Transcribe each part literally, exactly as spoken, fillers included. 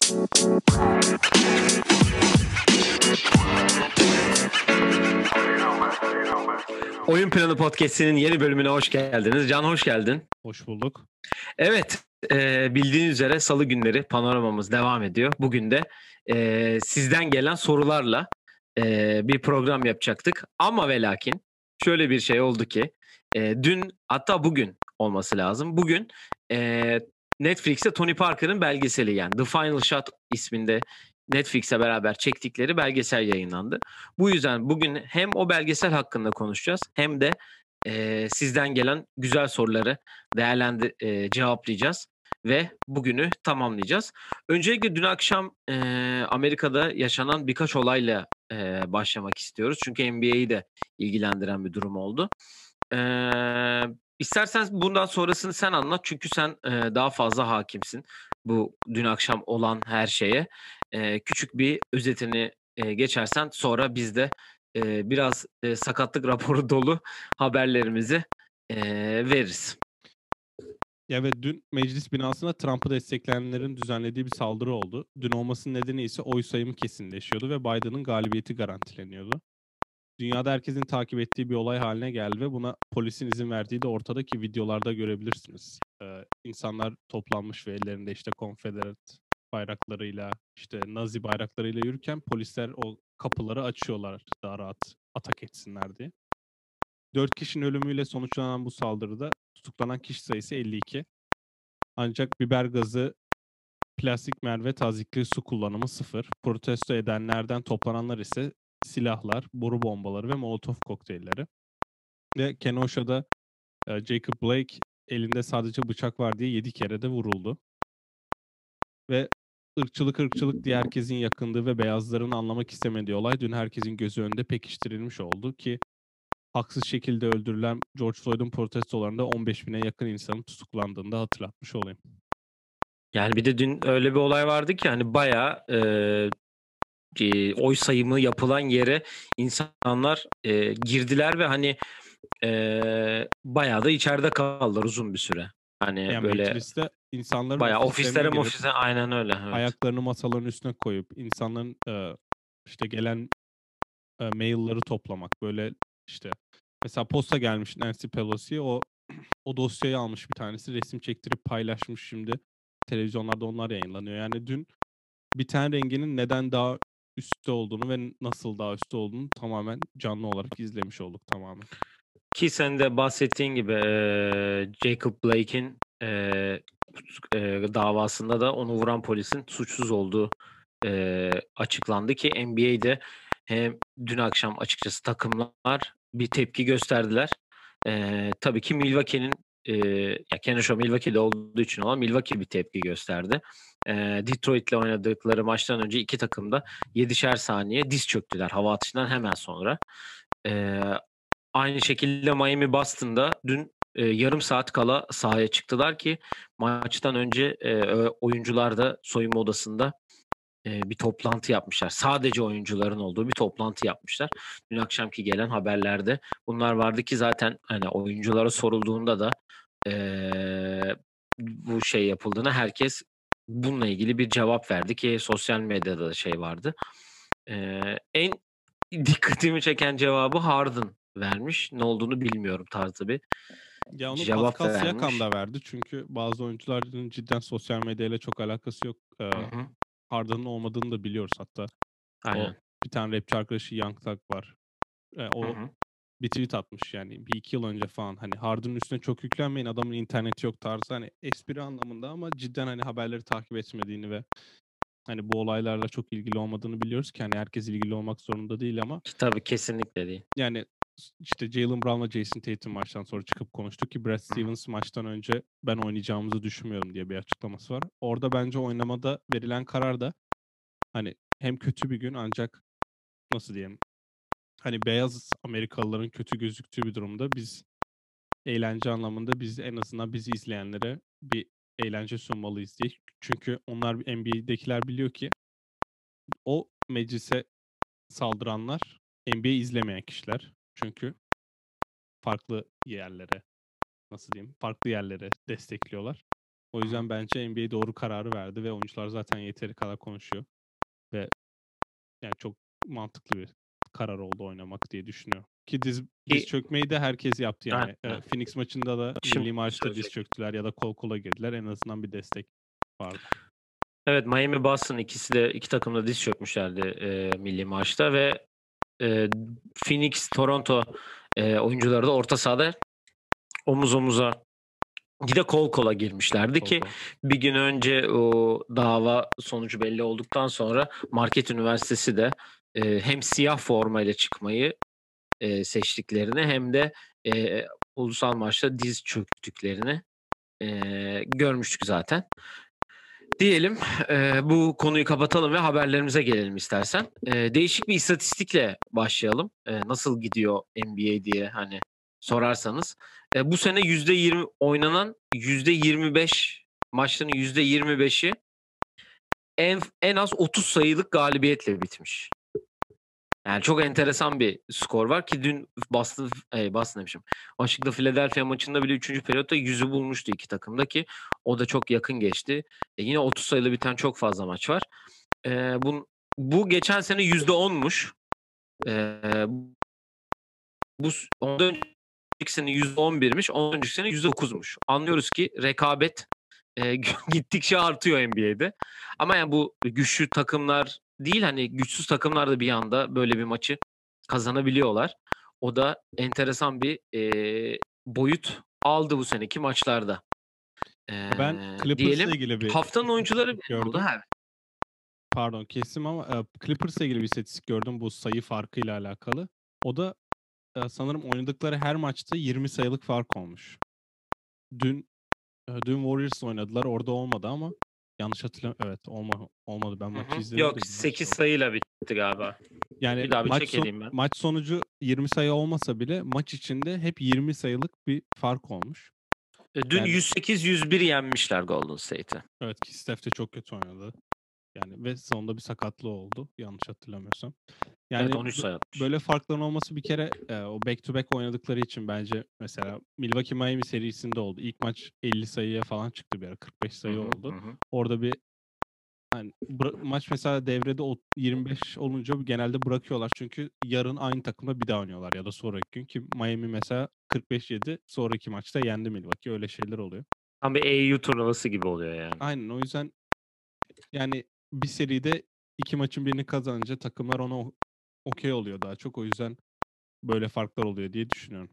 Oyun Planı Podcast'inin yeni bölümüne hoş geldiniz. Can hoş geldin. Hoş bulduk. Evet, e, bildiğiniz üzere Salı günleri panoramamız devam ediyor. Bugün de e, sizden gelen sorularla e, bir program yapacaktık. Ama ve lakin şöyle bir şey oldu ki e, dün, hatta bugün olması lazım. Bugün e, Netflix'te Tony Parker'ın belgeseli, yani The Final Shot isminde Netflix'e beraber çektikleri belgesel yayınlandı. Bu yüzden bugün hem o belgesel hakkında konuşacağız hem de e, sizden gelen güzel soruları değerlendir e, cevaplayacağız ve bugünü tamamlayacağız. Öncelikle dün akşam e, Amerika'da yaşanan birkaç olayla e, başlamak istiyoruz. Çünkü N B A'yi de ilgilendiren bir durum oldu. E, istersen bundan sonrasını sen anlat, çünkü sen e, daha fazla hakimsin bu dün akşam olan her şeye. E, küçük bir özetini e, geçersen sonra biz de e, biraz e, sakatlık raporu dolu haberlerimizi e, veririz. Ya ve dün meclis binasına Trump'ı destekleyenlerin düzenlediği bir saldırı oldu. Dün olmasının nedeni ise oy sayımı kesinleşiyordu ve Biden'ın galibiyeti garantileniyordu. Dünyada herkesin takip ettiği bir olay haline geldi ve buna polisin izin verdiği de ortada, ki videolarda görebilirsiniz. Ee, insanlar toplanmış ve ellerinde işte Confederate bayraklarıyla, işte Nazi bayraklarıyla yürürken polisler o kapıları açıyorlar daha rahat atak etsinler diye. Dört kişinin ölümüyle sonuçlanan bu saldırıda tutuklanan kişi sayısı elli iki. Ancak biber gazı, plastik merve, tazikli su kullanımı sıfır. Protesto edenlerden toplananlar ise silahlar, boru bombaları ve molotof kokteylleri. Ve Kenosha'da e, Jacob Blake elinde sadece bıçak var diye yedi kere de vuruldu. Ve ırkçılık ırkçılık diye herkesin yakındığı ve beyazların anlamak istemediği olay dün herkesin gözü önünde pekiştirilmiş oldu, ki haksız şekilde öldürülen George Floyd'un protestolarında on beş bine yakın insanın tutuklandığını da hatırlatmış olayım. Yani bir de dün öyle bir olay vardı ki hani bayağı e, e, oy sayımı yapılan yere insanlar e, girdiler ve hani e, bayağı da içeride kaldılar uzun bir süre. Hani Yani böyle mecliste insanların bayağı ofislerine ofislere girip ofislerine aynen öyle. Evet. ayaklarını masaların üstüne koyup insanların e, işte gelen e, mailleri toplamak, böyle işte mesela posta gelmiş Nancy Pelosi'ye, o o dosyayı almış, bir tanesi resim çektirip paylaşmış, şimdi televizyonlarda onlar yayınlanıyor. Yani dün biten renginin neden daha üstte olduğunu ve nasıl daha üstte olduğunu tamamen canlı olarak izlemiş olduk tamamen. Ki sen de bahsettiğin gibi e, Jacob Blake'in e, e, davasında da onu vuran polisin suçsuz olduğu e, açıklandı, ki N B A'de hem dün akşam açıkçası takımlar bir tepki gösterdiler. E, tabii ki Milwaukee'nin e, ya Kenosha Milwaukee'de olduğu için olan Milwaukee bir tepki gösterdi. E, Detroit'le oynadıkları maçtan önce iki takım da yedişer saniye diz çöktüler hava atışından hemen sonra. E, Aynı şekilde Miami Boston'da dün e, yarım saat kala sahaya çıktılar, ki maçtan önce e, oyuncular da soyunma odasında e, bir toplantı yapmışlar. Sadece oyuncuların olduğu bir toplantı yapmışlar. Dün akşamki gelen haberlerde bunlar vardı, ki zaten hani oyunculara sorulduğunda da e, bu şey yapıldığına herkes bununla ilgili bir cevap verdi, ki sosyal medyada da şey vardı. E, en dikkatimi çeken cevabı Harden vermiş. Ne olduğunu bilmiyorum tarzı bir Ya onu cevap Pascal Siakam vermiş. da verdi, çünkü bazı oyuncuların cidden sosyal medyayla çok alakası yok. Ee, Hı hı. Harden'ın olmadığını da biliyoruz hatta. O Aynen. bir tane rapçi arkadaşı Young Thug var. Ee, Hı o hı. bir tweet atmış, yani bir iki yıl önce falan, hani Harden'ın üstüne çok yüklenmeyin, adamın interneti yok tarzı, hani espri anlamında, ama cidden hani haberleri takip etmediğini ve hani bu olaylarla çok ilgili olmadığını biliyoruz, ki hani herkes ilgili olmak zorunda değil, ama Tabii kesinlikle değil. yani işte Jaylen Brown'la Jason Tatum maçtan sonra çıkıp konuştu, ki Brad Stevens maçtan önce ben oynayacağımızı düşünmüyorum diye bir açıklaması var. Orada bence oynamada verilen karar da hani hem kötü bir gün, ancak nasıl diyeyim, hani beyaz Amerikalıların kötü gözüktüğü bir durumda biz eğlence anlamında biz en azından bizi izleyenlere bir eğlence sunmalıyız diye. Çünkü onlar N B A'dekiler biliyor ki o meclise saldıranlar N B A izlemeyen kişiler. Çünkü farklı yerlere, nasıl diyeyim, farklı yerlere destekliyorlar. O Hı hı. yüzden bence N B A doğru kararı verdi ve oyuncular zaten yeteri kadar konuşuyor ve yani çok mantıklı bir karar oldu oynamak diye düşünüyorum. Ki diz diz Ki çökmeyi de herkes yaptı yani. Eee, Aynen. Phoenix maçında da Şimdi milli marşta diz söyleyecektim. çöktüler ya da kol kola girdiler. En azından bir destek vardı. Evet, Miami, Boston ikisi de iki takım da diz çökmüşlerdi eee, milli maçta ve eee, Phoenix, Toronto eee, oyuncuları da orta sahada omuz omuza bir de kol kola girmişlerdi Kol ki kola. bir gün önce o dava sonucu belli olduktan sonra Marquette Üniversitesi de eee, hem siyah formayla çıkmayı eee, seçtiklerini hem de eee, ulusal maçta diz çöktüklerini eee, görmüştük zaten. Diyelim eee, bu konuyu kapatalım ve haberlerimize gelelim istersen. Eee, değişik bir istatistikle başlayalım. Eee, nasıl gidiyor N B A diye hani sorarsanız. Eee, bu sene yüzde yirmi oynanan yüzde yirmi beş maçların yüzde yirmi beşi en en az otuz sayılık galibiyetle bitmiş. Yani çok enteresan bir skor var ki dün Boston, eee, Boston demişim. Washington Philadelphia maçında bile üçüncü periyotta yüzü bulmuştu iki takımda ki o da çok yakın geçti. E, yine otuz sayılı biten çok fazla maç var. Eee, bun bu geçen sene yüzde onmuş. Eee, bu s ondan önceki sene yüzde on birmiş. Ondan önceki sene yüzde dokuzmuş. Anlıyoruz ki rekabet eee, gittikçe artıyor N B A'de. Ama yani bu güçlü takımlar değil, hani güçsüz takımlar da bir anda böyle bir maçı kazanabiliyorlar. O da enteresan bir eee, boyut aldı bu seneki maçlarda. Ben Eee, Clippers'la diyelim ilgili bir haftanın oyuncuları istatistik belli oldu. gördüm. Ha. Pardon kestim ama eee, Clippers'la ilgili bir istatistik gördüm bu sayı farkıyla alakalı. O da eee, sanırım oynadıkları her maçta yirmi sayılık fark olmuş. Dün eee, dün Warriors'la oynadılar. Orada olmadı ama yanlış hatırlam evet olma olmadı. Ben Hı maçı hı. izledim Yok, de bir sekiz şey oldu. sayıyla bitti galiba. Yani Bir daha bir maç check son edeyim ben. maç sonucu yirmi sayı olmasa bile maç içinde hep yirmi sayılık bir fark olmuş. E, Dün Yani yüz sekiz yüz bir yenmişler Golden State'i. evet ki Steph de çok kötü oynadı. Yani ve sonunda bir sakatlığı oldu yanlış hatırlamıyorsam. Evet, Yani on üç bö sayı atmış. böyle farkların olması bir kere, eee, o back to back oynadıkları için bence mesela Milwaukee Miami serisinde oldu. İlk maç elli sayıya falan çıktı bir ara. kırk beş Hı sayı hı. oldu. Hı hı. Orada bir hani bıra maç mesela devrede o yirmi beş olunca genelde bırakıyorlar. Çünkü yarın aynı takımla bir daha oynuyorlar ya da sonraki gün ki Miami mesela kırk beş yedi sonraki maçta yendi Milwaukee. Öyle şeyler oluyor. Tam bir E U turnuvası gibi oluyor yani. Aynen o yüzden yani bir seride iki maçın birini kazanınca takımlar ona o okey oluyor daha çok. O yüzden böyle farklar oluyor diye düşünüyorum.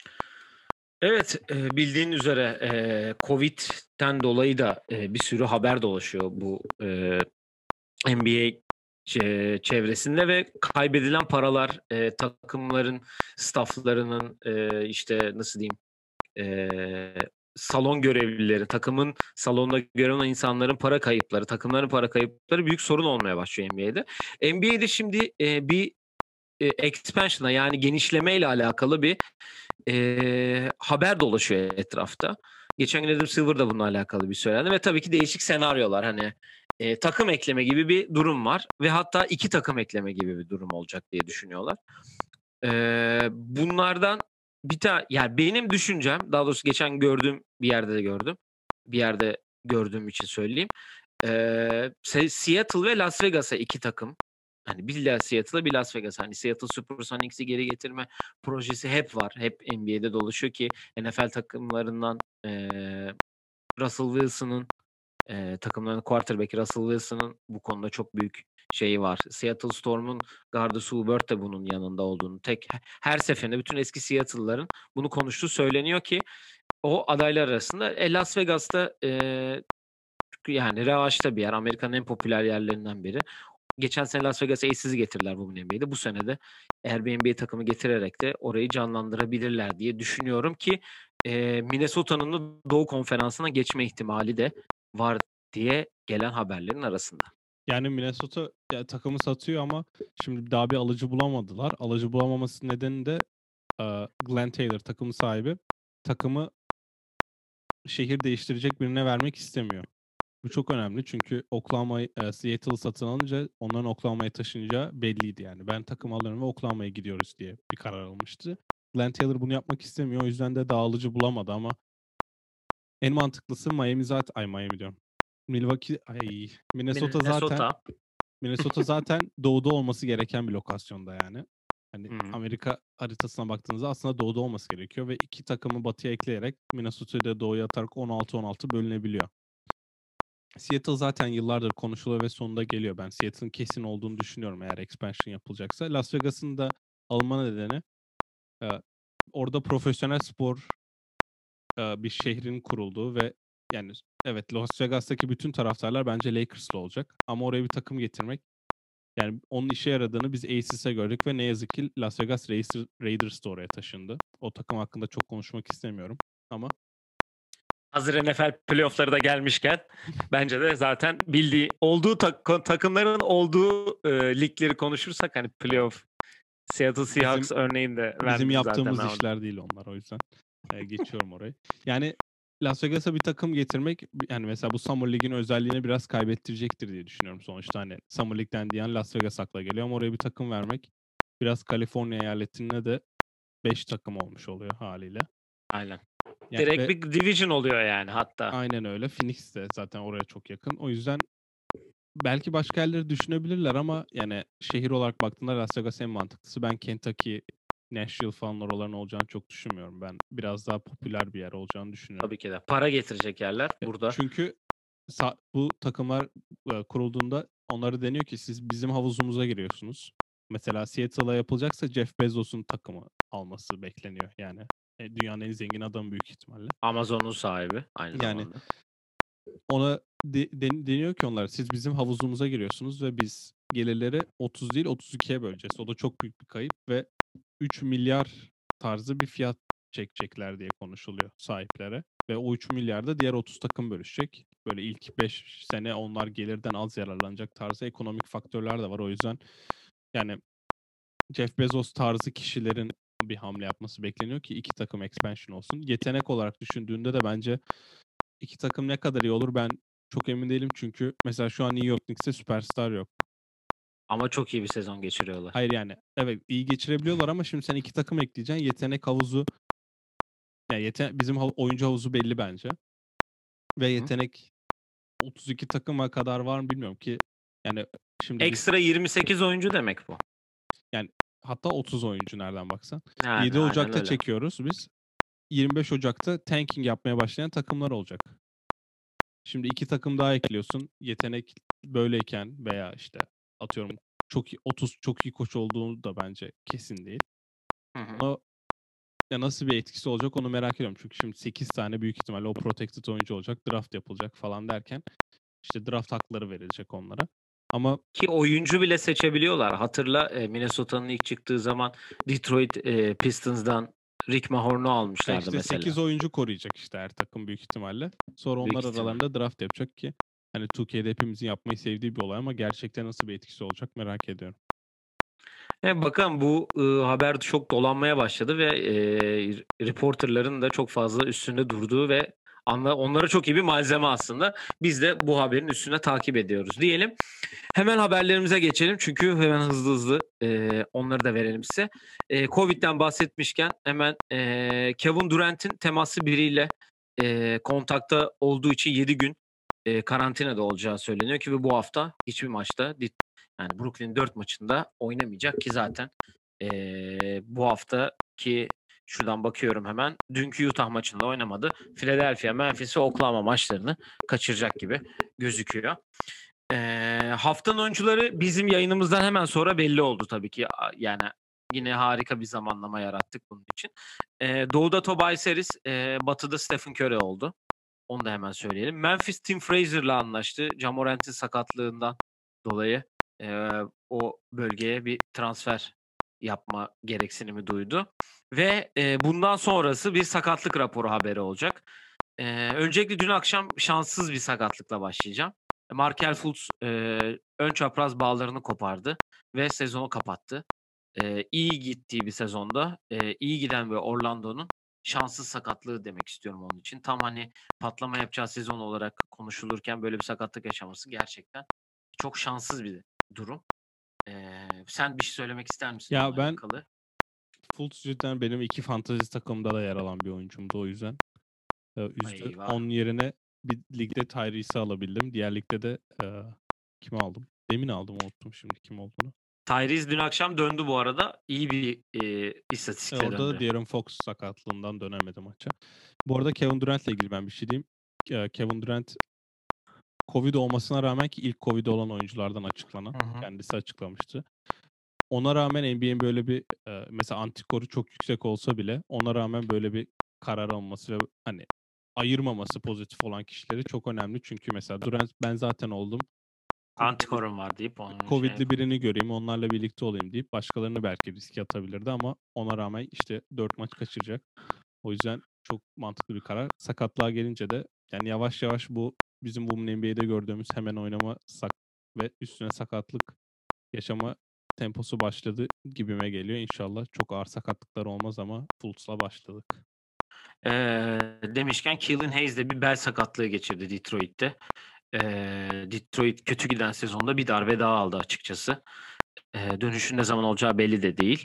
Evet, eee, bildiğin üzere eee, Covid'den dolayı da eee, bir sürü haber dolaşıyor bu eee, N B A çe çevresinde ve kaybedilen paralar, eee, takımların staff'larının, eee, işte, nasıl diyeyim, eee, salon görevlileri, takımın salonda görev alan insanların para kayıpları, takımların para kayıpları büyük sorun olmaya başlıyor N B A'de. N B A'de şimdi eee, bir, eee, expansion'a yani genişlemeyle alakalı bir eee, haber dolaşıyor etrafta. Geçen gün Adam Silver da bununla alakalı bir söylendi ve tabii ki değişik senaryolar hani eee, takım ekleme gibi bir durum var ve hatta iki takım ekleme gibi bir durum olacak diye düşünüyorlar. Eee, bunlardan bir tane yani benim düşüncem, daha doğrusu geçen gördüğüm bir yerde de gördüm. Bir yerde gördüğüm için söyleyeyim. Eee, Se Seattle ve Las Vegas'a iki takım. Hani bir la Seattle'a bir Las Vegas'a. Hani Seattle Supersonics'i geri getirme projesi hep var. Hep N B A'de dolaşıyor ki N F L takımlarından eee, Russell Wilson'ın eee, takımlarının quarterback'i Russell Wilson'ın bu konuda çok büyük şeyi var. Seattle Storm'un Gardus Hubert de bunun yanında olduğunu tek her seferinde bütün eski Seattle'ların bunu konuştuğu söyleniyor ki o adaylar arasında e, Las Vegas'ta eee, yani revaçta bir yer. Amerika'nın en popüler yerlerinden biri. Geçen sene Las Vegas Aces'i getirdiler bu N B A'de. Bu sene de eğer bir N B A takımı getirerek de orayı canlandırabilirler diye düşünüyorum ki eee, Minnesota'nın da Doğu Konferansı'na geçme ihtimali de var diye gelen haberlerin arasında. Yani Minnesota ya, takımı satıyor ama şimdi daha bir alıcı bulamadılar. Alıcı bulamaması nedeni de eee, Glenn Taylor takımın sahibi. Takımı şehir değiştirecek birine vermek istemiyor. Bu çok önemli çünkü Oklahoma, eee, Seattle'ı satın alınca onların Oklahoma'ya taşınacağı belliydi yani. Ben takım alıyorum ve Oklahoma'ya gidiyoruz diye bir karar almıştı. Glenn Taylor bunu yapmak istemiyor. O yüzden de daha alıcı bulamadı ama En mantıklısı Miami zaten ay Miami diyorum. Milwaukee ay Minnesota zaten Minnesota. Minnesota zaten doğuda olması gereken bir lokasyonda yani. Hani Hı hı. Amerika haritasına baktığınızda aslında doğuda olması gerekiyor ve iki takımı batıya ekleyerek Minnesota'yı da doğuya atarak on altı on altı bölünebiliyor. Seattle zaten yıllardır konuşuluyor ve sonunda geliyor. Ben Seattle'ın kesin olduğunu düşünüyorum eğer expansion yapılacaksa. Las Vegas'ın da alma nedeni e, orada profesyonel spor e, bir şehrin kurulduğu ve yani evet Las Vegas'taki bütün taraftarlar bence Lakers'lı olacak. Ama oraya bir takım getirmek yani onun işe yaradığını biz Aces'e gördük ve ne yazık ki Las Vegas Raiders, Raiders da oraya taşındı. O takım hakkında çok konuşmak istemiyorum ama Hazır N F L playoff'ları da gelmişken bence de zaten bildiği olduğu tak- takımların olduğu e, ligleri konuşursak hani playoff Seattle Seahawks bizim örneğini de bizim verdim zaten yaptığımız ben orada. işler değil onlar o yüzden e, geçiyorum orayı. Yani Las Vegas'a bir takım getirmek yani mesela bu Summer League'in özelliğini biraz kaybettirecektir diye düşünüyorum sonuçta. Hani Summer League'den diyen Las Vegas akla geliyor ama oraya bir takım vermek biraz Kaliforniya eyaletine de beş takım olmuş oluyor haliyle. Aynen. Yani Direkt ve bir division oluyor yani hatta. aynen öyle. Phoenix de zaten oraya çok yakın. O yüzden belki başka yerleri düşünebilirler ama yani şehir olarak baktığında Las Vegas en mantıklısı. Ben Kentucky, Nashville falan oraların olacağını çok düşünmüyorum. Ben biraz daha popüler bir yer olacağını düşünüyorum. Tabii ki de. Para getirecek yerler E, burada. Çünkü sa- bu takımlar e, kurulduğunda onları deniyor ki siz bizim havuzumuza giriyorsunuz. Mesela Seattle'a yapılacaksa Jeff Bezos'un takımı alması bekleniyor. Yani e, dünyanın en zengin adamı büyük ihtimalle. Amazon'un sahibi aynı Yani zamanda. ona de- den- deniyor ki onlara siz bizim havuzumuza giriyorsunuz ve biz gelirleri otuz değil otuz ikiye böleceğiz. O da çok büyük bir kayıp ve üç milyar tarzı bir fiyat çekecekler diye konuşuluyor sahiplere. Ve o üç milyar da diğer otuz takım bölüşecek. Böyle ilk beş sene onlar gelirden az yararlanacak tarzı ekonomik faktörler de var. O yüzden yani Jeff Bezos tarzı kişilerin bir hamle yapması bekleniyor ki iki takım expansion olsun. Yetenek olarak düşündüğünde de bence iki takım ne kadar iyi olur ben çok emin değilim çünkü mesela şu an New York Knicks'te süperstar yok. Ama çok iyi bir sezon geçiriyorlar. Hayır yani evet iyi geçirebiliyorlar ama şimdi sen iki takım ekleyeceksin. Yetenek havuzu yani yete bizim hav- oyuncu havuzu belli bence. Ve Hı. yetenek otuz iki takıma kadar var mı bilmiyorum ki yani şimdi biz Ekstra yirmi sekiz oyuncu demek bu. yani hatta otuz oyuncu nereden baksan. Yani yedi aynen Ocak'ta öyle. çekiyoruz biz. yirmi beş Ocak'ta tanking yapmaya başlayan takımlar olacak. Şimdi iki takım daha ekliyorsun. Yetenek böyleyken veya işte atıyorum çok iyi, otuz çok iyi koç olduğu da bence kesin değil. Hı hı. Ona ya nasıl bir etkisi olacak onu merak ediyorum. Çünkü şimdi sekiz tane büyük ihtimalle o protected oyuncu olacak. Draft yapılacak falan derken işte draft hakları verilecek onlara. Ama Ki oyuncu bile seçebiliyorlar. Hatırla e, Minnesota'nın ilk çıktığı zaman Detroit e, Pistons'dan Rick Mahorn'u ya almışlardı işte mesela. sekiz oyuncu koruyacak işte her takım büyük ihtimalle. Sonra Büyük onlar ihtimal. aralarında draft yapacak ki hani iki K'de hepimizin yapmayı sevdiği bir olay ama gerçekten nasıl bir etkisi olacak merak ediyorum. E, bakalım bu e, haber çok dolanmaya başladı ve e, reporterların da çok fazla üstünde durduğu ve anla, onlara çok iyi bir malzeme aslında. Biz de bu haberin üstüne takip ediyoruz diyelim. Hemen haberlerimize geçelim çünkü hemen hızlı hızlı e, onları da verelim size. E, Covid'den bahsetmişken hemen e, Kevin Durant'in teması biriyle e, kontakta olduğu için yedi gün e, karantinada olacağı söyleniyor ki ve bu hafta hiçbir maçta yani Brooklyn dört maçında oynamayacak ki zaten e, bu haftaki şuradan bakıyorum hemen dünkü Utah maçında oynamadı. Philadelphia, Memphis ve Oklahoma maçlarını kaçıracak gibi gözüküyor. E, haftanın oyuncuları bizim yayınımızdan hemen sonra belli oldu tabii ki. Yani yine harika bir zamanlama yarattık bunun için. E, Doğu'da Tobias Harris, e, Batı'da Stephen Curry oldu. Onu da hemen söyleyelim. Memphis Tim Frazier'la anlaştı. Ja Morant'in sakatlığından dolayı e, o bölgeye bir transfer yapma gereksinimi duydu. Ve e, bundan sonrası bir sakatlık raporu haberi olacak. E, öncelikle dün akşam şanssız bir sakatlıkla başlayacağım. Markel Fultz e, ön çapraz bağlarını kopardı ve sezonu kapattı. E, iyi gittiği bir sezonda e, iyi giden ve Orlando'nun şanssız sakatlığı demek istiyorum onun için. Tam hani patlama yapacağı sezon olarak konuşulurken böyle bir sakatlık yaşaması gerçekten çok şanssız bir durum. Ee, sen bir şey söylemek ister misin Ya onunla ben alakalı? Fultz cidden benim iki fantezi takımda da yer alan bir oyuncumdu o yüzden. Eee, üzdü. Eyvah. Onun yerine bir ligde Tyrese'i alabildim. Diğer ligde de eee, kimi aldım? Demin aldım, unuttum şimdi kim olduğunu. Tyrese dün akşam döndü bu arada. İyi bir eee, E, istatistikle orada da döndü. De'Aaron Fox sakatlığından dönemedi maça. Bu arada Kevin Durant'le ilgili ben bir şey diyeyim. Eee, Kevin Durant Covid olmasına rağmen, ki ilk Covid olan oyunculardan açıklanan, Hı hı. kendisi açıklamıştı. Ona rağmen N B A'nin böyle bir eee, mesela antikoru çok yüksek olsa bile ona rağmen böyle bir karar alması ve hani ayırmaması pozitif olan kişileri çok önemli. Çünkü mesela Durant ben zaten oldum. Antikorum var deyip onu şey Covid'li yapıp. birini göreyim, onlarla birlikte olayım deyip başkalarını belki riske atabilirdi ama ona rağmen işte dört maç kaçıracak. O yüzden çok mantıklı bir karar. Sakatlığa gelince de yani yavaş yavaş bu bizim bu N B A'de gördüğümüz hemen oynama sak ve üstüne sakatlık yaşama temposu başladı gibime geliyor. İnşallah çok ağır sakatlıklar olmaz ama Fultz'la başladık. Eee, demişken Killian Hayes de bir bel sakatlığı geçirdi Detroit'te. Eee, Detroit kötü giden sezonda bir darbe daha aldı açıkçası. Eee, dönüşün ne zaman olacağı belli de değil.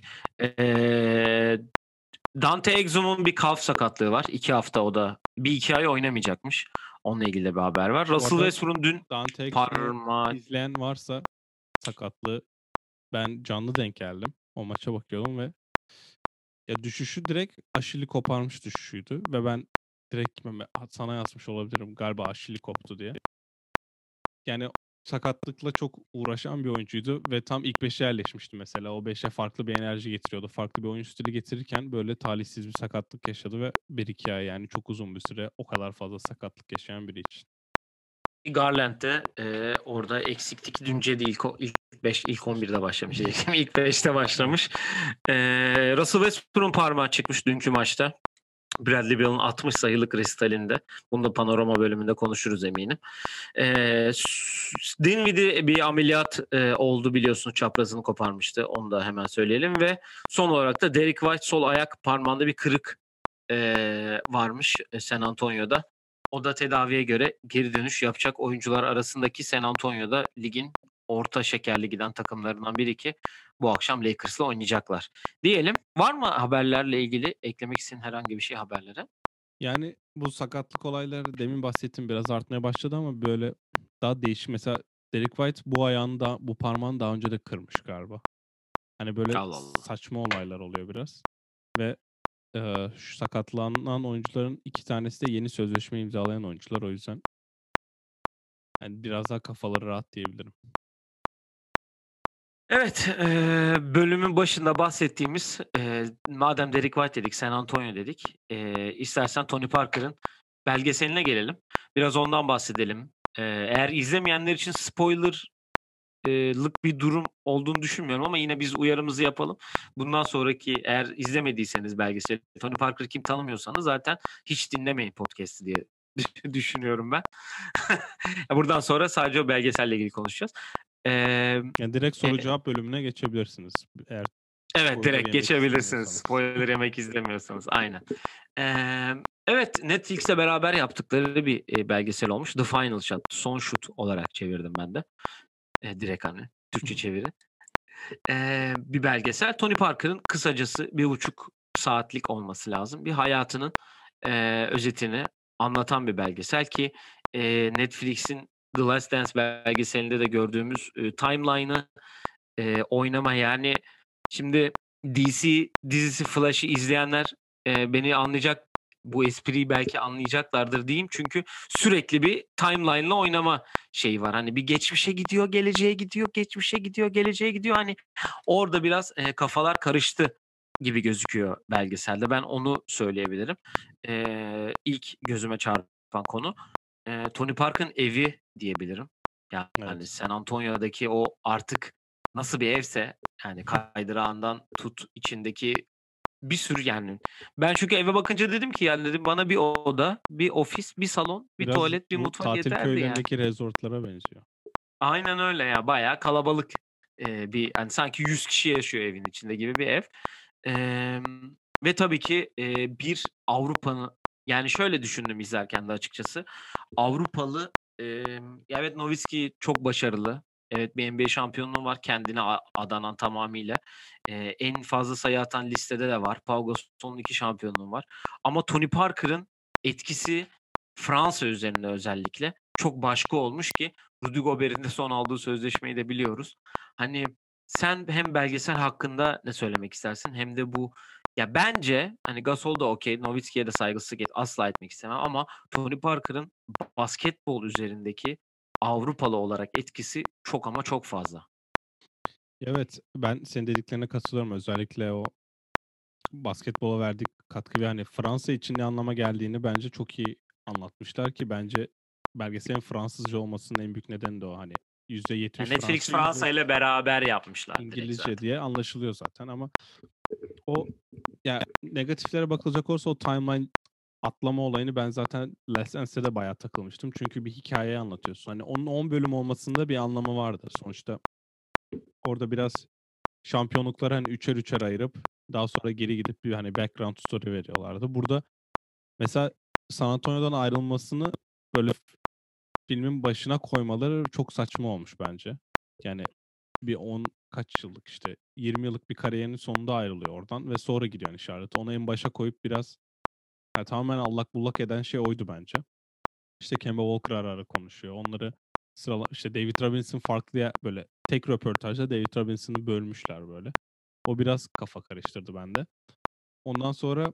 Eee, Dante Exum'un bir kalf sakatlığı var. İki hafta o da. Bir iki ay oynamayacakmış. Onunla ilgili de bir haber var. Bu Russell arada Westbrook'un dün Dante Exum'u parmağı... izleyen varsa sakatlığı ben canlı denk geldim. O maça bakıyordum ve ya düşüşü direkt Aşili koparmış düşüşüydü ve ben direkt sana yazmış olabilirim galiba Aşili koptu diye. Yani sakatlıkla çok uğraşan bir oyuncuydu ve tam ilk beşe yerleşmişti mesela. O beşe farklı bir enerji getiriyordu. Farklı bir oyun stili getirirken böyle talihsiz bir sakatlık yaşadı ve bir iki ay yani çok uzun bir süre o kadar fazla sakatlık yaşayan biri için. Garland de e, orada eksiklik. Dün Cedi ilk, ilk beş, ilk on birde başlamış. İlk beşte başlamış. E, Russell Westbrook'un parmağı çıkmış dünkü maçta. Bradley Beal'ın altmış sayılık resitalinde. Bunu da panorama bölümünde konuşuruz eminim. E, Dinwiddie bir ameliyat e, oldu biliyorsunuz. Çaprazını koparmıştı. Onu da hemen söyleyelim. Ve son olarak da Derek White sol ayak parmağında bir kırık e, varmış San Antonio'da. O da tedaviye göre geri dönüş yapacak oyuncular arasındaki San Antonio'da ligin orta şekerli giden takımlarından biri ki bu akşam Lakers'la oynayacaklar. Diyelim. Var mı haberlerle ilgili eklemek istediğin herhangi bir şey haberlere? Yani bu sakatlık olayları demin bahsettim biraz artmaya başladı ama böyle daha değişik. Mesela Derek White bu ayağını da bu parmağını daha önce de kırmış galiba. Hani böyle Allah Allah. saçma olaylar oluyor biraz. Ve e, şu sakatlanan oyuncuların iki tanesi de yeni sözleşme imzalayan oyuncular. O yüzden yani biraz daha kafaları rahat diyebilirim. Evet, e, bölümün başında bahsettiğimiz e, madem Derek White dedik, San Antonio dedik. E, istersen Tony Parker'ın belgeseline gelelim. Biraz ondan bahsedelim. E, eğer izlemeyenler için spoiler lık bir durum olduğunu düşünmüyorum ama yine biz uyarımızı yapalım. Bundan sonraki eğer izlemediyseniz belgeseli Tony Parker kim tanımıyorsanız zaten hiç dinlemeyin podcast'i diye düşünüyorum ben. Buradan sonra sadece o belgeselle ilgili konuşacağız. Ee, Yani direkt soru e, cevap bölümüne geçebiliriz. Eğer evet direkt geçebilirsiniz. istemiyorsanız. Spoiler yemek izlemiyorsanız. Aynen. Ee, evet Netflix'le beraber yaptıkları bir e, belgesel olmuş. The Final Shot. Son şut olarak çevirdim ben de. E, direkt hani. Türkçe çeviri. Ee, bir belgesel. Tony Parker'ın kısacası bir buçuk saatlik olması lazım. Bir hayatının e, özetini anlatan bir belgesel ki e, Netflix'in The Last Dance belgeselinde de gördüğümüz e, timeline'ı e, oynama yani şimdi D C dizisi Flash'ı izleyenler e, beni anlayacak, bu espriyi belki anlayacaklardır diyeyim. Çünkü sürekli bir timeline'la oynama şeyi var. Hani bir geçmişe gidiyor, geleceğe gidiyor, geçmişe gidiyor, geleceğe gidiyor. Hani orada biraz e, kafalar karıştı gibi gözüküyor belgeselde. Ben onu söyleyebilirim. E, ilk gözüme çarpan konu e, Tony Park'ın evi diyebilirim. Yani Evet. San Antonio'daki o artık nasıl bir evse yani kaydırağından tut içindeki bir sürü yani. Ben çünkü eve bakınca dedim ki yani dedim bana bir oda, bir ofis, bir salon, bir Biraz tuvalet, bir bu mutfak tatil yeterdi yani. köylerindeki resortlara benziyor. Aynen öyle ya. Bayağı kalabalık e, bir hani sanki yüz kişi yaşıyor evin içinde gibi bir ev. E, ve tabii ki e, bir Avrupa'nın yani şöyle düşündüm izlerken de açıkçası. Avrupalı e, ya evet Nowitzki çok başarılı. Evet bir N B A şampiyonluğu var kendine adanan tamamıyla. E, en fazla sayı atan listede de var. Pau Gasol'un iki şampiyonluğu var. Ama Tony Parker'ın etkisi Fransa üzerinde özellikle çok başka olmuş ki Rudy Gobert'in de son aldığı sözleşmeyi de biliyoruz. Hani sen hem belgesel hakkında ne söylemek istersin hem de bu ya bence hani Gasol da okey, Nowitzki'ye de saygısızlık et, asla etmek istemem ama Tony Parker'ın basketbol üzerindeki Avrupalı olarak etkisi çok ama çok fazla. Evet, ben senin dediklerine katılıyorum. Özellikle o basketbola verdiği katkı ve hani Fransa için ne anlama geldiğini bence çok iyi anlatmışlar ki bence belgeselin Fransızca olmasının en büyük nedeni de o hani yüzde Yani yetmiş Netflix Fransa, Fransa yüzde ile beraber yapmışlar direkt İngilizce zaten. diye anlaşılıyor zaten ama o ya negatiflere bakılacak olursa o timeline atlama olayını ben zaten Last Dance'de de bayağı takılmıştım. Çünkü bir hikayeyi anlatıyorsun. Hani onun on bölüm olmasında bir anlamı vardı. Sonuçta orada biraz şampiyonlukları hani üçer üçer ayırıp daha sonra geri gidip bir hani background story veriyorlardı. Burada mesela San Antonio'dan ayrılmasını böyle f- filmin başına koymaları çok saçma olmuş bence. Yani bir on kaç yıllık işte yirmi yıllık bir kariyerinin sonunda ayrılıyor oradan ve sonra gidiyor hani Charlotte. Onu en başa koyup biraz yani tamamen allak bullak eden şey oydu bence. İşte Kemba Walker ara ara konuşuyor. Onları sırala işte David Robinson farklı ya- böyle tek röportajda David Robinson'ı bölmüşler böyle. O biraz kafa karıştırdı bende. Ondan sonra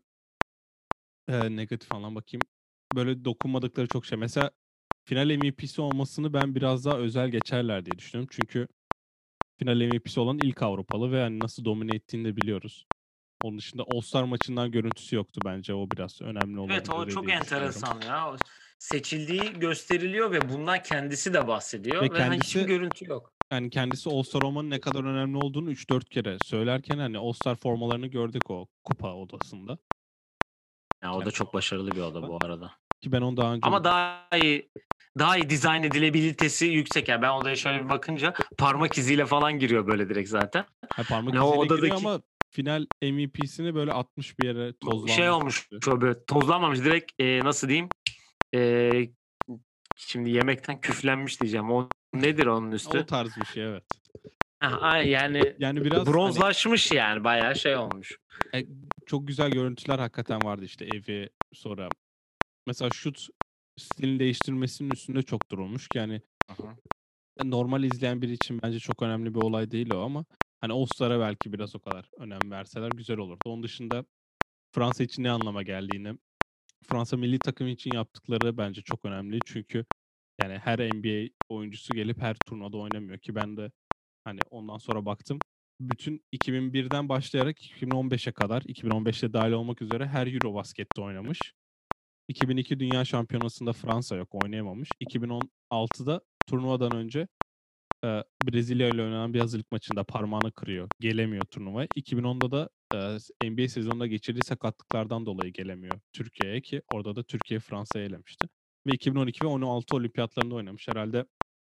e, negatif falan bakayım. Böyle dokunmadıkları çok şey. Mesela final M V P'si olmasını ben biraz daha özel geçerler diye düşünüyorum. Çünkü final M V P'si olan ilk Avrupalı ve yani nasıl domine ettiğini de biliyoruz. Onun dışında All-Star maçından görüntüsü yoktu bence. O biraz önemli Evet, o olabilir çok diye düşünüyorum. enteresan ya. O seçildiği gösteriliyor ve bundan kendisi de Ve bahsediyor ve hani hiçbir kendisi görüntü yok. yani kendisi All-Star olmanın ne kadar önemli olduğunu üç dört kere söylerken hani All-Star formalarını gördük o kupa odasında. Ya o da Kendi çok başarılı bir oda odasında. bu arada. Ki ben onu daha önce Ama daha iyi daha iyi dizayn edilebilitesi yüksek. Yani ben odaya şöyle bir bakınca parmak iziyle falan giriyor böyle direkt zaten. ha, parmak Hani o iziyle giriyor odadaki ama final M V P'sini böyle atmış bir yere şey tozlanmış olmuş gibi. şöyle böyle tozlanmamış direkt e, nasıl diyeyim e, şimdi yemekten küflenmiş diyeceğim. O nedir onun O üstü? tarz bir şey evet. Ha, ay- yani Yani biraz hani bronzlaşmış yani bayağı şey olmuş. e, çok güzel görüntüler hakikaten vardı işte evi sonra. Mesela şut stilini değiştirmesinin üstünde çok durulmuş ki yani Hı hı. normal izleyen biri için bence çok önemli bir olay değil o ama hani All-Star'a belki biraz o kadar önem verseler güzel olurdu. Onun dışında Fransa için ne anlama geldiğini, Fransa milli takım için yaptıkları bence çok önemli. Çünkü yani her N B A oyuncusu gelip her turnuvada oynamıyor ki ben de hani ondan sonra baktım. Bütün iki bin birden başlayarak iki bin on beşe kadar, iki bin on beşte dahil olmak üzere her Eurobasket'te oynamış. iki bin iki Dünya Şampiyonası'nda Fransa yok, oynayamamış. iki bin on altıda turnuvadan önce e, Brezilya ile oynanan bir hazırlık maçında parmağını kırıyor. Gelemiyor turnuvaya. iki bin onda da e, N B A sezonunda geçirdiği sakatlıklardan dolayı gelemiyor Türkiye'ye ki orada da Türkiye Fransa'yı elemişti. Ve iki bin on iki ve on altı olimpiyatlarında oynamış. Herhalde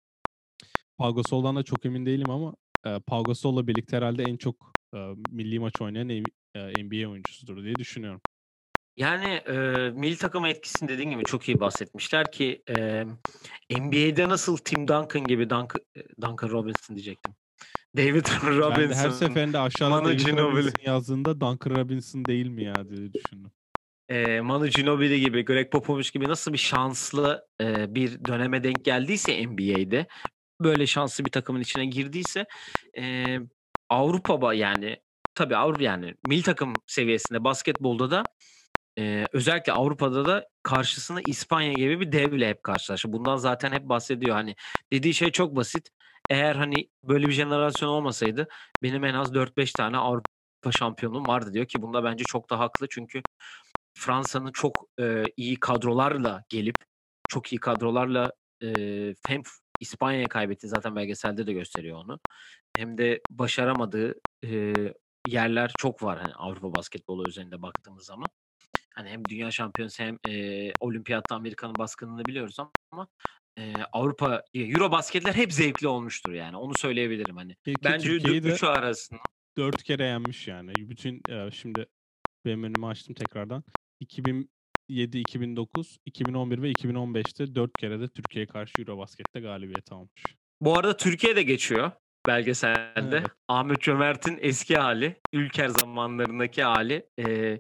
Pau Gasol'dan da çok emin değilim ama e, Pau Gasol'la birlikte herhalde en çok e, milli maç oynayan e, N B A oyuncusudur diye düşünüyorum. Yani e, milli takım etkisini dediğin gibi çok iyi bahsetmişler ki e, N B A'de nasıl Tim Duncan gibi Duncan, Duncan Robinson diyecektim. David Ben de her Robinson, seferinde aşağıda Manu David Ginobili, Robinson yazdığında Duncan Robinson değil mi ya diye düşündüm. e, Manu Ginobili gibi, Greg Popovich gibi nasıl bir şanslı e, bir döneme denk geldiyse N B A'de böyle şanslı bir takımın içine girdiyse e, Avrupa ba- yani tabii Avrupa yani milli takım seviyesinde basketbolda da e, özellikle Avrupa'da da karşısına İspanya gibi bir devle hep karşılaştı. Bundan zaten hep bahsediyor. Hani dediği şey çok basit. Eğer hani böyle bir jenerasyon olmasaydı benim en az dört beş tane Avrupa şampiyonluğum vardı diyor ki bunda bence çok da haklı. Çünkü Fransa'nın çok e, iyi kadrolarla gelip çok iyi kadrolarla e, hem İspanya'ya kaybetti zaten belgeselde de gösteriyor onu. Hem de başaramadığı e, yerler çok var hani Avrupa basketbolu üzerinde baktığımız zaman. Hani hem dünya şampiyonası hem e, olimpiyatta Amerika'nın baskınını biliyoruz ama e, Avrupa Eurobasketler hep zevkli olmuştur yani. Onu söyleyebilirim hani. Ki, ki Bence Türkiye'yi de üçü arasında. dört kere yenmiş yani. Bütün e, şimdi benim önümü açtım tekrardan. iki bin yedi, iki bin dokuz, iki bin on bir ve iki bin on beşte dört kere de Türkiye'ye karşı Eurobasket'te galibiyet almış. Bu arada Türkiye de geçiyor belgeselde. Evet. Ahmet Cömert'in eski hali, Ülker zamanlarındaki hali. E,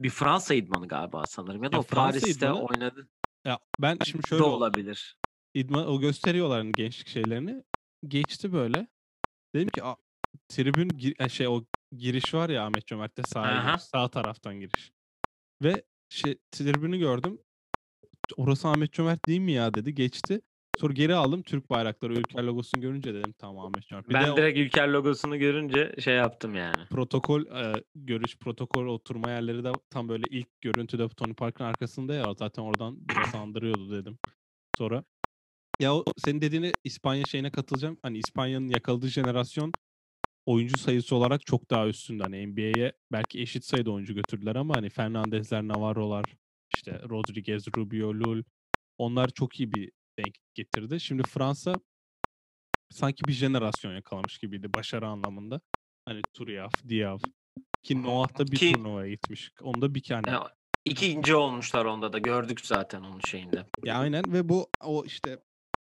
bir Fransa idmanı galiba sanırım ya da Ya o Fransa Paris'te idmanı oynadı ya ben şimdi da şöyle oldu. olabilir. İdman o gösteriyorlar hani gençlik şeylerini. Geçti böyle. Dedim ki "Aa, tribün gi- e, şey o giriş var ya Ahmet Cömert'te sahaya giriş. Aha. Sağ taraftan giriş. Ve şey tribünü gördüm. Orası Ahmet Cömert değil mi ya dedi. Geçti. Sonra geri aldım. Türk bayrakları, Ülker logosunu görünce dedim tamam Ahmet Cömert. Bir de Ben o direkt Ülker logosunu görünce şey yaptım yani. protokol e, görüş protokol oturma yerleri de tam böyle ilk görüntüde Tony Park'ın arkasında ya zaten oradan biraz andırıyordu dedim. Sonra ya o senin dediğini İspanya şeyine katılacağım. Hani İspanya'nın yakaladığı jenerasyon oyuncu sayısı olarak çok daha üstünde. Hani N B A'ye belki eşit sayıda oyuncu götürdüler ama hani Fernandezler, Navarro'lar, işte Rodriguez, Rubio, Lul onlar çok iyi bir denk getirdi. Şimdi Fransa sanki bir jenerasyon yakalamış gibiydi başarı anlamında. Hani Turiaf, Diav ki Noah da bir Ki turnuvaya gitmiş. Onda bir hani e, ikinci olmuşlar onda da gördük zaten onun şeyinde. ya aynen ve bu o işte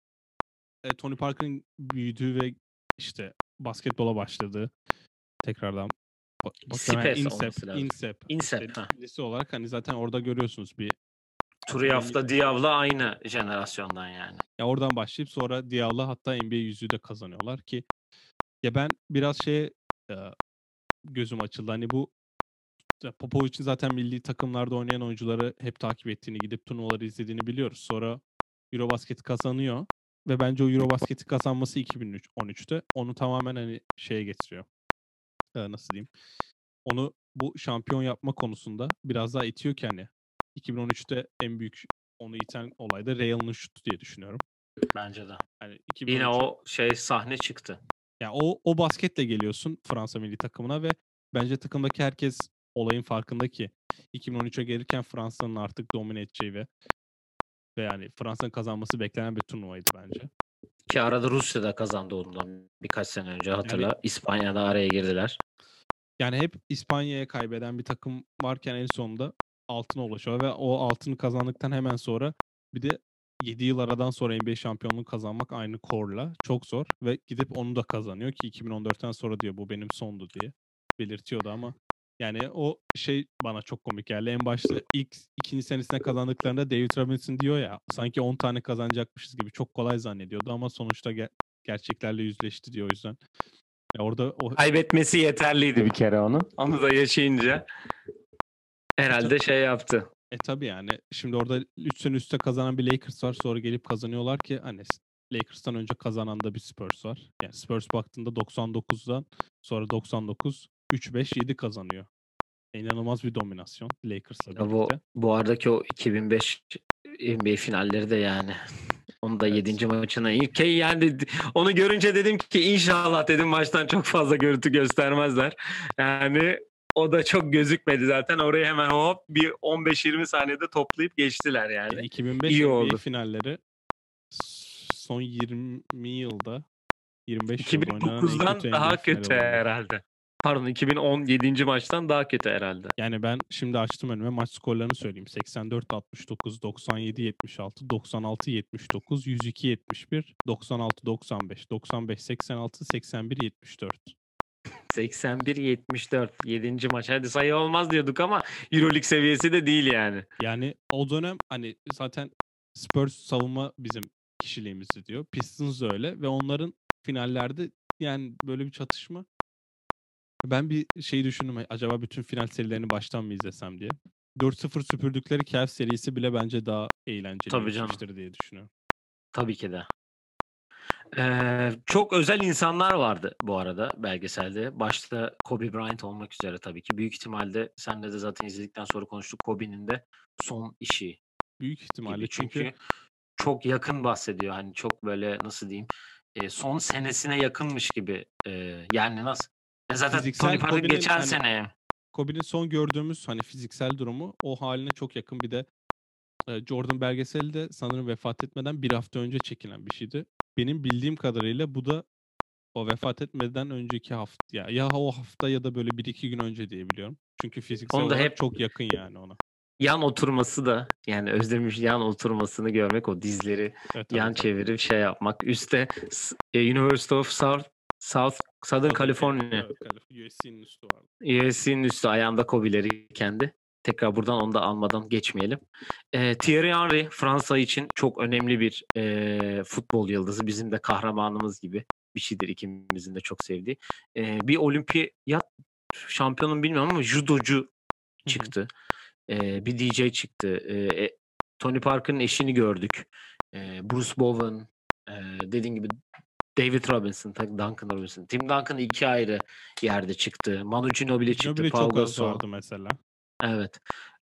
e, Tony Parker'ın büyüdüğü ve işte basketbola başladığı tekrardan ba- bakıyorum yani Spes INSEP, olması lazım. INSEP INSEP. işte Ha. lise olarak hani zaten orada görüyorsunuz bir Turiaf'la akademik Diav'la aynı jenerasyondan yani. ya oradan başlayıp sonra Diaw'la hatta N B A yüzüğü de kazanıyorlar ki ya ben biraz şeye e, gözüm açıldı. Hani bu ya Popovic'in zaten milli takımlarda oynayan oyuncuları hep takip ettiğini, gidip turnuvaları izlediğini biliyoruz. Sonra Eurobasket'i kazanıyor ve bence o Eurobasket'i kazanması iki bin on üçte onu tamamen hani şeye getiriyor. Ee, nasıl diyeyim? Onu bu şampiyon yapma konusunda biraz daha itiyor ki hani iki bin on üçte en büyük onu iten olay da Real'ın şutu diye düşünüyorum. Bence de. Hani Yine iki bin on üç o şey sahne çıktı. ya o o basketle geliyorsun Fransa milli takımına ve bence takımdaki herkes olayın farkında ki iki bin on üçe gelirken Fransa'nın artık domine edeceği ve ve yani Fransa'nın kazanması beklenen bir turnuvaydı bence. Ki arada Rusya'da kazandı ondan birkaç sene önce hatırla. Yani İspanya'da araya girdiler. yani hep İspanya'ya kaybeden bir takım varken en sonunda altına ulaşıyor ve o altını kazandıktan hemen sonra bir de yedi yıl aradan sonra N B A şampiyonluğu kazanmak aynı core'la çok zor ve gidip onu da kazanıyor ki iki bin on dörtten sonra diyor bu benim sondu diye belirtiyordu ama yani o şey bana çok komik geldi. En başta ilk ikinci senesine kazandıklarında David Robinson diyor ya sanki on tane kazanacakmışız gibi çok kolay zannediyordu ama sonuçta ger- gerçeklerle yüzleşti diyor o yüzden. Ya orada o Kaybetmesi yeterliydi bir kere onu. Onu da yaşayınca herhalde şey yaptı. E tabii yani şimdi orada üç sene üstte kazanan bir Lakers var sonra gelip kazanıyorlar ki hani Lakers'tan önce kazanan da bir Spurs var. Yani Spurs baktığında doksan dokuzdan sonra doksan dokuz üç beş yedi kazanıyor. İnanılmaz bir dominasyon Lakers'la Ya bu birlikte. bu aradaki o iki bin beş N B A finalleri de yani. Onu da Evet. yedinci maçına ilk yani onu görünce dedim ki inşallah dedim maçtan çok fazla görüntü göstermezler. Yani o da çok gözükmedi zaten. Orayı hemen hop bir on beş yirmi saniyede toplayıp geçtiler yani. Ya iki bin beş İyi N B A oldu. finalleri son yirmi yılda yirmi beş yılda oynanan en iki bin dokuzdan kötü N B A daha finali kötü olabilir. herhalde. Pardon iki bin on yedinci maçtan daha kötü herhalde. Yani ben şimdi açtım önüme maç skorlarını söyleyeyim. seksen dört altmış dokuz, doksan yedi yetmiş altı, doksan altı yetmiş dokuz, yüz iki yetmiş bir, doksan altı doksan beş, doksan beş seksen altı, seksen bir yetmiş dört. seksen bir yetmiş dört yedinci maç. Hadi sayı olmaz diyorduk ama EuroLeague seviyesi de değil yani. Yani o dönem hani zaten Spurs savunma bizim kişiliğimizdi diyor. Pistons da öyle ve onların finallerde yani böyle bir çatışma. Ben bir şey düşündüm. Acaba bütün final serilerini baştan mı izlesem diye. dört sıfır süpürdükleri Cavs serisi bile bence daha eğlenceli Tabii canım. geçmiştir diye düşünüyorum. Tabii ki de. Ee, çok özel insanlar vardı bu arada belgeselde. Başta Kobe Bryant olmak üzere tabii ki. Büyük ihtimalle senle de zaten izledikten sonra konuştuk. Kobe'nin de son işi Büyük ihtimalle gibi. çünkü, Çünkü çok yakın bahsediyor. Hani çok böyle nasıl diyeyim e, son senesine yakınmış gibi. E, yani nasıl? E zaten fiziksel Tony Parker Kobe'nin geçen hani sene. Kobe'nin son gördüğümüz hani fiziksel durumu o haline çok yakın. Bir de e, Jordan belgeseli de sanırım vefat etmeden bir hafta önce çekilen bir şeydi. Benim bildiğim kadarıyla bu da o vefat etmeden önceki hafta ya, ya o hafta ya da böyle bir iki gün önce diye biliyorum. Çünkü fiziksel Onu da olarak hep çok yakın yani ona. yan oturması da yani Özdemir'in yan oturmasını görmek o dizleri Evet, yan evet, evet. çevirip şey yapmak. Üste s- e, University of South, South Southern Southern California Evet, California. U S C'nin üstü vardı. U S C'nin üstü ayağında Kobe'leri kendi. Tekrar buradan onu da almadan geçmeyelim. Eee, Thierry Henry Fransa için çok önemli bir, eee, futbol yıldızı. Bizim de kahramanımız gibi bir şeydir ikimizin de çok sevdiği. Eee, bir olimpiyat şampiyonu mu bilmiyorum ama judocu Hı hı. çıktı. Eee, bir D J çıktı. Eee, e Tony Parker'ın eşini gördük. Eee, Bruce Bowen, eee, dediğin gibi David Robinson, tabii Duncan Robinson. Tim Duncan iki ayrı yerde çıktı. Manu Ginobili çıktı. Ginobili Pau çok az Gasol. vardı mesela. Evet.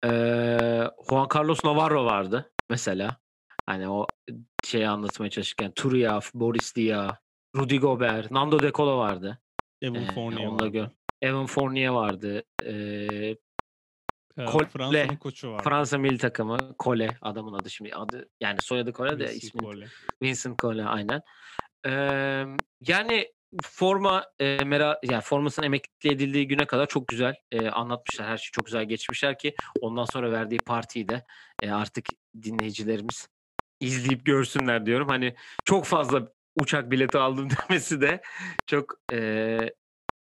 Eee, Juan Carlos Navarro vardı mesela. Hani o şeyi anlatmaya çalışırken Turiaf, Boris Diaw, Rudy Gobert, Nando De Colo vardı. Evan Eee, Fournier onunla gö vardı. Evan Fournier vardı. Eee Eee, Fransa'nın Cole, koçu vardı. Fransa milli takımı. Cole adamın adı şimdi. Adı yani soyadı Cole de Vincent ismini Collet. Vincent Cole aynen. Emm, yani forma, eee, mera yani formasının emekli edildiği güne kadar çok güzel, eee, anlatmışlar. Her şeyi çok güzel geçmişler ki ondan sonra verdiği partiyi de, eee, artık dinleyicilerimiz izleyip görsünler diyorum. Hani çok fazla uçak bileti aldım demesi de çok, eee,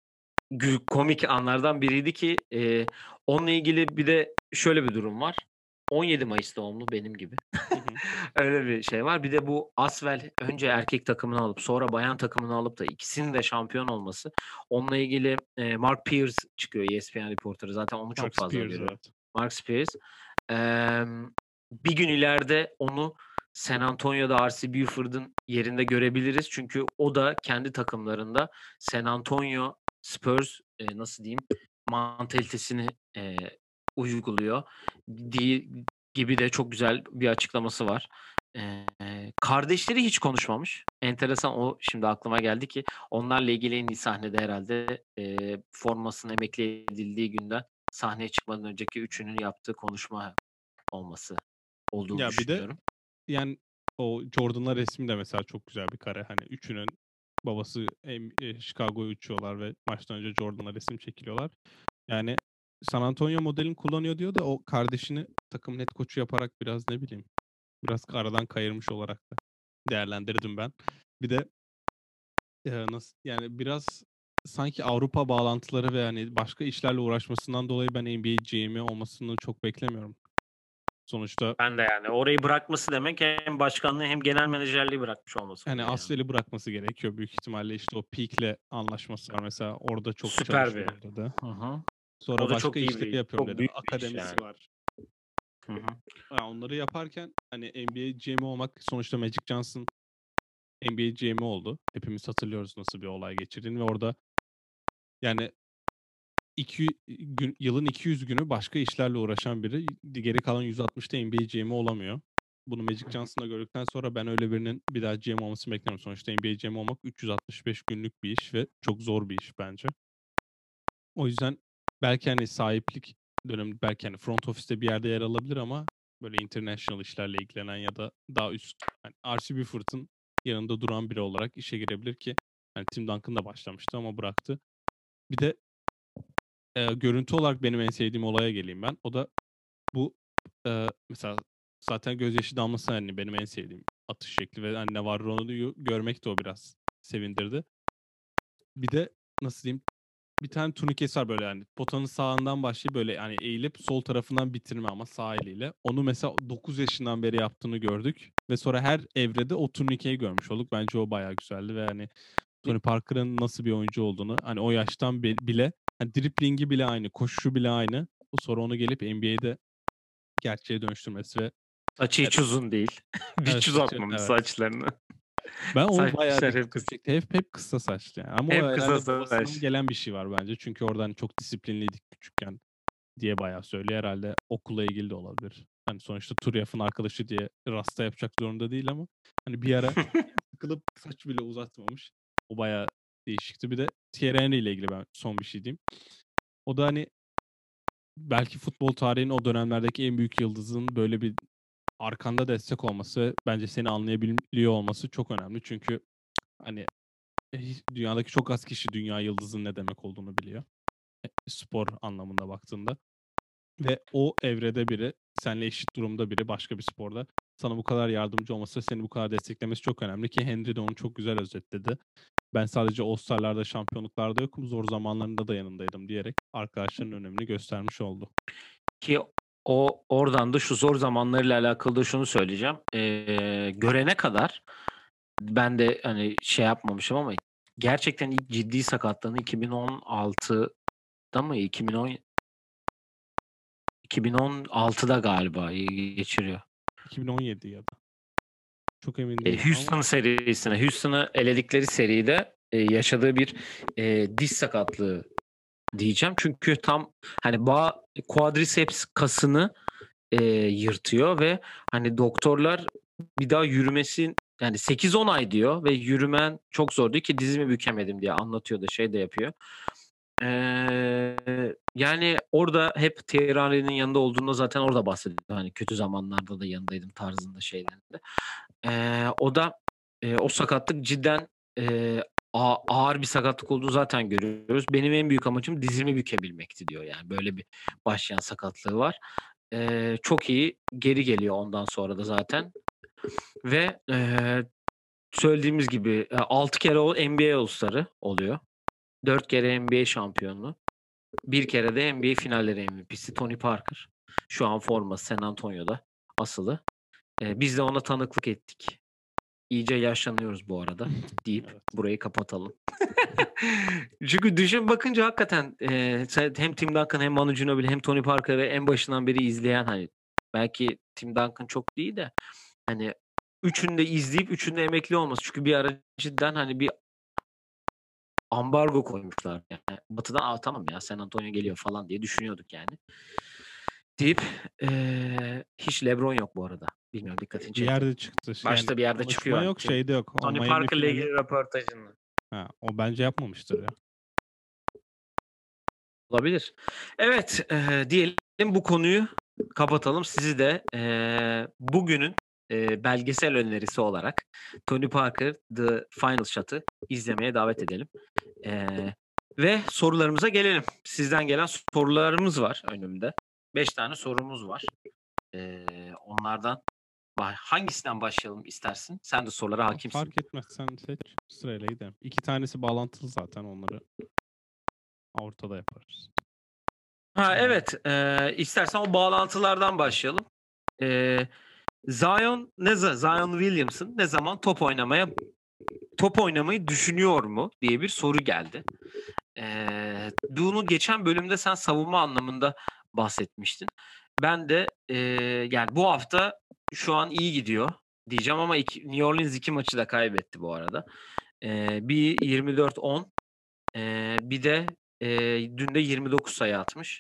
gü komik anlardan biriydi ki, eee, onunla ilgili bir de şöyle bir durum var. on yedi Mayıs doğumlu benim gibi. Hı hı. Öyle bir şey var. Bir de bu Asvel önce erkek takımını alıp sonra bayan takımını alıp da ikisinin de şampiyon olması. Onunla ilgili, eee, Mark Pierce çıkıyor E S P N reporterı. Zaten onu çok Mark fazla Spears, görüyorum. evet. Mark Spears. Emm, bir gün ileride onu San Antonio'da R C Buford'un yerinde görebiliriz. Çünkü o da kendi takımlarında San Antonio Spurs, eee, nasıl diyeyim, mantalitesini, eee, uyguluyor. Di gibi de çok güzel bir açıklaması var. Eee, kardeşleri hiç konuşmamış. Enteresan, o şimdi aklıma geldi ki onlarla ilgili en iyi sahnede herhâlde, eee, formasının emekli edildiği günden sahneye çıkmadan önceki üçünün yaptığı konuşma olması olduğunu Ya bir de düşünüyorum. yani o Jordan'la resmi de mesela çok güzel bir kare. Hani üçünün babası em eee, Chicago'ya uçuyorlar ve maçtan önce Jordan'la resim çekiliyorlar. Yani San Antonio modelini kullanıyor diyor da o kardeşini takımın head koçu yaparak biraz ne bileyim, biraz aradan kayırmış olarak da değerlendirdim ben. Bir de eee, nasıl yani biraz sanki Avrupa bağlantıları ve hani başka işlerle uğraşmasından dolayı ben N B A G M'i olmasını çok beklemiyorum. Sonuçta Ben de yani orayı bırakması demek hem başkanlığı hem genel menajerliği bırakmış olması hani oluyor yani. Asvel'i bırakması gerekiyor büyük ihtimalle. İşte o Peak'le anlaşması var mesela. Orada çok Süper bir. çalışıyor dedi. Hı hı. O Sonra da başka çok iyi işleri bir, yapıyorum çok dedi. büyük bir iş Akademisi yani. var. Hı hı. Ya onları yaparken hani N B A G M olmak sonuçta Magic Johnson N B A G M oldu. Hepimiz hatırlıyoruz nasıl bir olay geçirdiğini ve orada yani iki gün, yılın iki yüz günü başka işlerle uğraşan biri geri kalan yüz altmışta N B A G M olamıyor. Bunu Magic Hı hı. Johnson'da gördükten sonra ben öyle birinin bir daha G M olmasını beklemiyorum. Sonuçta N B A G M olmak üç yüz altmış beş günlük bir iş ve çok zor bir iş bence. O yüzden belki hani sahiplik dönemi belki hani front office'te bir yerde yer alabilir ama böyle international işlerle ilgilenen ya da daha üst hani R C Buford'un yanında duran biri olarak işe girebilir ki hani Tim Duncan da başlamıştı ama bıraktı. Bir de e, görüntü olarak benim en sevdiğim olaya geleyim ben. O da bu e, mesela zaten gözyaşı damlası hani benim en sevdiğim atış şekli ve hani Navarro'yu görmek de o biraz sevindirdi. Bir de nasıl diyeyim bir tane turnikesi var böyle yani potanın sağından başlayıp böyle yani eğilip sol tarafından bitirme ama sağ eliyle. Onu mesela dokuz yaşından beri yaptığını gördük ve sonra her evrede o turnikeyi görmüş olduk. Bence o bayağı güzeldi ve hani Tony Parker'ın nasıl bir oyuncu olduğunu hani o yaştan be- bile hani driblingi bile aynı, koşuşu bile aynı. Sonra onu gelip N B A'de gerçeğe dönüştürmesi ve Saçı evet, hiç uzun değil. evet Hiç saçı uzatmamış evet. saçlarını. Ben o bayağı Saçlar hep dikkatimi kısa. çekti. Hep hep kısa saçlı yani. Ama o Hep kısa herhalde babasından saç. gelen bir şey var bence. Çünkü oradan çok disiplinliydik küçükken diye bayağı söylüyor. Herhalde okulla ilgili de olabilir. Hani sonuçta Turiaf'ın arkadaşı diye rasta yapacak zorunda değil ama hani bir ara sıkılıp saç bile uzatmamış. O bayağı değişikti. Bir de Thierry Henry ile ilgili ben son bir şey diyeyim. O da hani belki futbol tarihinin o dönemlerdeki en büyük yıldızın böyle bir arkanda destek olması, bence seni anlayabiliyor olması çok önemli. Çünkü hani e, dünyadaki çok az kişi dünya yıldızının ne demek olduğunu biliyor. E, Spor anlamında baktığında. Ve o evrede biri, seninle eşit durumda biri başka bir sporda sana bu kadar yardımcı olması, seni bu kadar desteklemesi çok önemli ki Henry de onu çok güzel özetledi. Ben sadece All-Star'larda, şampiyonluklarda yokum, zor zamanlarında da yanındaydım diyerek arkadaşlarının önemini göstermiş oldu. Ki o oradan da şu zor zamanlarıyla alakalı da şunu söyleyeceğim. Eee, görene kadar ben de hani şey yapmamışım ama gerçekten ilk ciddi sakatlığını iki bin on altıda mı iki bin on iki bin on altıda galiba geçiriyor. iki bin on yedi ya da. Çok emin E, değilim Houston ama. serisine, Houston'ı eledikleri seride e, yaşadığı bir e, diz sakatlığı diyeceğim. Çünkü tam hani bağ quadriceps kasını e, yırtıyor ve hani doktorlar bir daha yürümesi yani sekiz on ay diyor ve yürümen çok zor diyor ki dizimi bükemedim diye anlatıyor da şey de yapıyor. Ee, yani orada hep Thierry Henry'nin yanında olduğunda zaten orada bahsediyor. Hani kötü zamanlarda da yanındaydım tarzında şeylerinde. Ee, o da e, o sakatlık cidden e, a- ağır bir sakatlık olduğu zaten görüyoruz. Benim en büyük amacım dizimi bükebilmekti diyor yani. Böyle bir başlayan sakatlığı var. Ee, çok iyi geri geliyor ondan sonra da zaten. Ve e, söylediğimiz gibi altı kere o N B A All-Star'ı oluyor. dört kere N B A şampiyonluğu. Bir kere de N B A finalleri M V P'si Tony Parker. Şu an forması San Antonio'da asılı. Ee, biz de ona tanıklık ettik. İyice yaşlanıyoruz bu arada deyip Evet. burayı kapatalım. Çünkü düşün bakınca hakikaten e, hem Tim Duncan hem Manu Ginobili hem Tony Parker'ı en başından beri izleyen hani belki Tim Duncan çok değil de hani üçünü de izleyip üçünde emekli olması. Çünkü bir ara cidden hani bir ambargo koymuşlar. Yani batıdan Aa, tamam ya San Antonio geliyor falan diye düşünüyorduk yani. Deyip eee, hiç LeBron yok bu arada. Bilmiyorum dikkatini Bir çektim. yerde çıktı. Yani Başta bir yerde konuşma çıkıyor. yok, Tim, şeyde yok. O Tony Miami Parker'la finali. ilgili röportajında. Ha, o bence yapmamıştır ya. Olabilir. Evet eee, diyelim bu konuyu kapatalım. Sizi de eee, bugünün eee, belgesel önerisi olarak Tony Parker The Final Shot'ı izlemeye davet edelim. Eee, ve sorularımıza gelelim. Sizden gelen sorularımız var önümde. Beş tane sorumuz var. Eee, onlardan ba- hangisinden başlayalım istersin? Sen de sorulara hakimsin. Fark etmez, sen seç, sırayla gidelim. İki tanesi bağlantılı zaten, onları ortada yaparız. Ha Ee, evet. eee, istersen o bağlantılardan başlayalım. Eee Zion ne za- Zion Williamson ne zaman top oynamaya top oynamayı düşünüyor mu diye bir soru geldi. Eee, bunu geçen bölümde sen savunma anlamında bahsetmiştin. Ben de eee, yani bu hafta şu an iyi gidiyor diyeceğim ama iki, New Orleans iki maçı da kaybetti bu arada. Eee, bir yirmi dört on eee, bir de eee, dün de yirmi dokuz sayı atmış.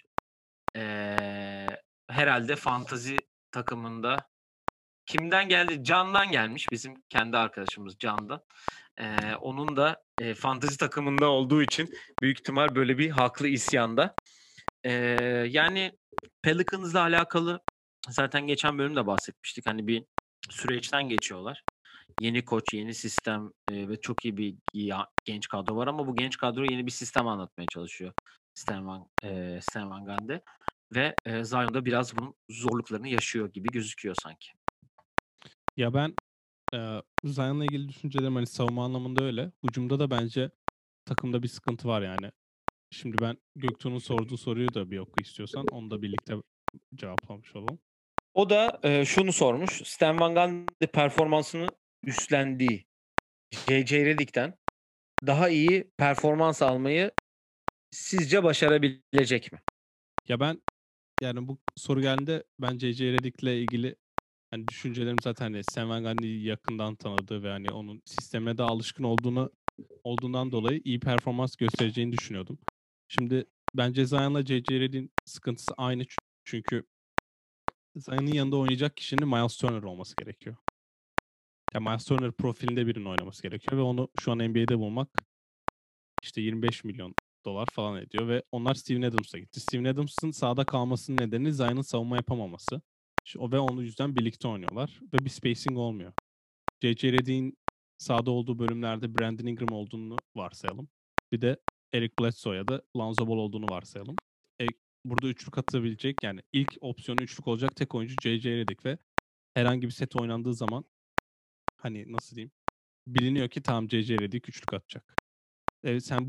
Eee, herhalde fantazi takımında kimden geldi? Can'dan gelmiş. Bizim kendi arkadaşımız Can'dan. Ee, onun da e, fantazi takımında olduğu için büyük ihtimal böyle bir haklı isyanda. Ee, yani Pelicans'la alakalı zaten geçen bölümde bahsetmiştik. Hani bir süreçten geçiyorlar. Yeni koç, yeni sistem e, ve çok iyi bir ya- genç kadro var ama bu genç kadro yeni bir sistem anlatmaya çalışıyor. Stan Van, e, Stan Van Gundy. Ve e, Zion da biraz bunun zorluklarını yaşıyor gibi gözüküyor sanki. Ya ben e, Zion'la ilgili düşüncelerim hani savunma anlamında öyle. Hücumda da bence takımda bir sıkıntı var yani. Şimdi ben Göktuğ'un sorduğu soruyu da bir oku istiyorsan. Onu da birlikte cevaplamış olalım. O da e, şunu sormuş. Stan Van Gundy performansını üstlendiği J J Redick'ten daha iyi performans almayı sizce başarabilecek mi? Ya ben yani bu soru geldiğinde ben C C Redick'le ilgili hani düşüncelerim zaten hani Stan Van Gundy'yi yakından tanıdığı ve hani onun sisteme de alışkın olduğunu olduğundan dolayı iyi performans göstereceğini düşünüyordum. Şimdi bence Zion'la C C Redick'in sıkıntısı aynı ç- çünkü Zion'ın yanında oynayacak kişinin Miles Turner olması gerekiyor. Ya Miles Turner profilinde birinin oynaması gerekiyor ve onu şu an N B A'de bulmak işte yirmi beş milyon dolar falan ediyor ve onlar Steven Adams'a gitti. Steven Adams'ın sahada kalmasının nedeni Zion'ın savunma yapamaması. Şu- O ve onun yüzden birlikte oynuyorlar ve bir spacing olmuyor. J J Redick'in sahada olduğu bölümlerde Brandon Ingram olduğunu varsayalım. Bir de Eric Bledsoe ya da Lonzo Ball olduğunu varsayalım. E, burada üçlük atabilecek yani ilk opsiyonu üçlük olacak tek oyuncu J J Redick ve herhangi bir set oynandığı zaman hani nasıl diyeyim biliniyor ki tamam C C Redick üçlük atacak. Evet, sen bu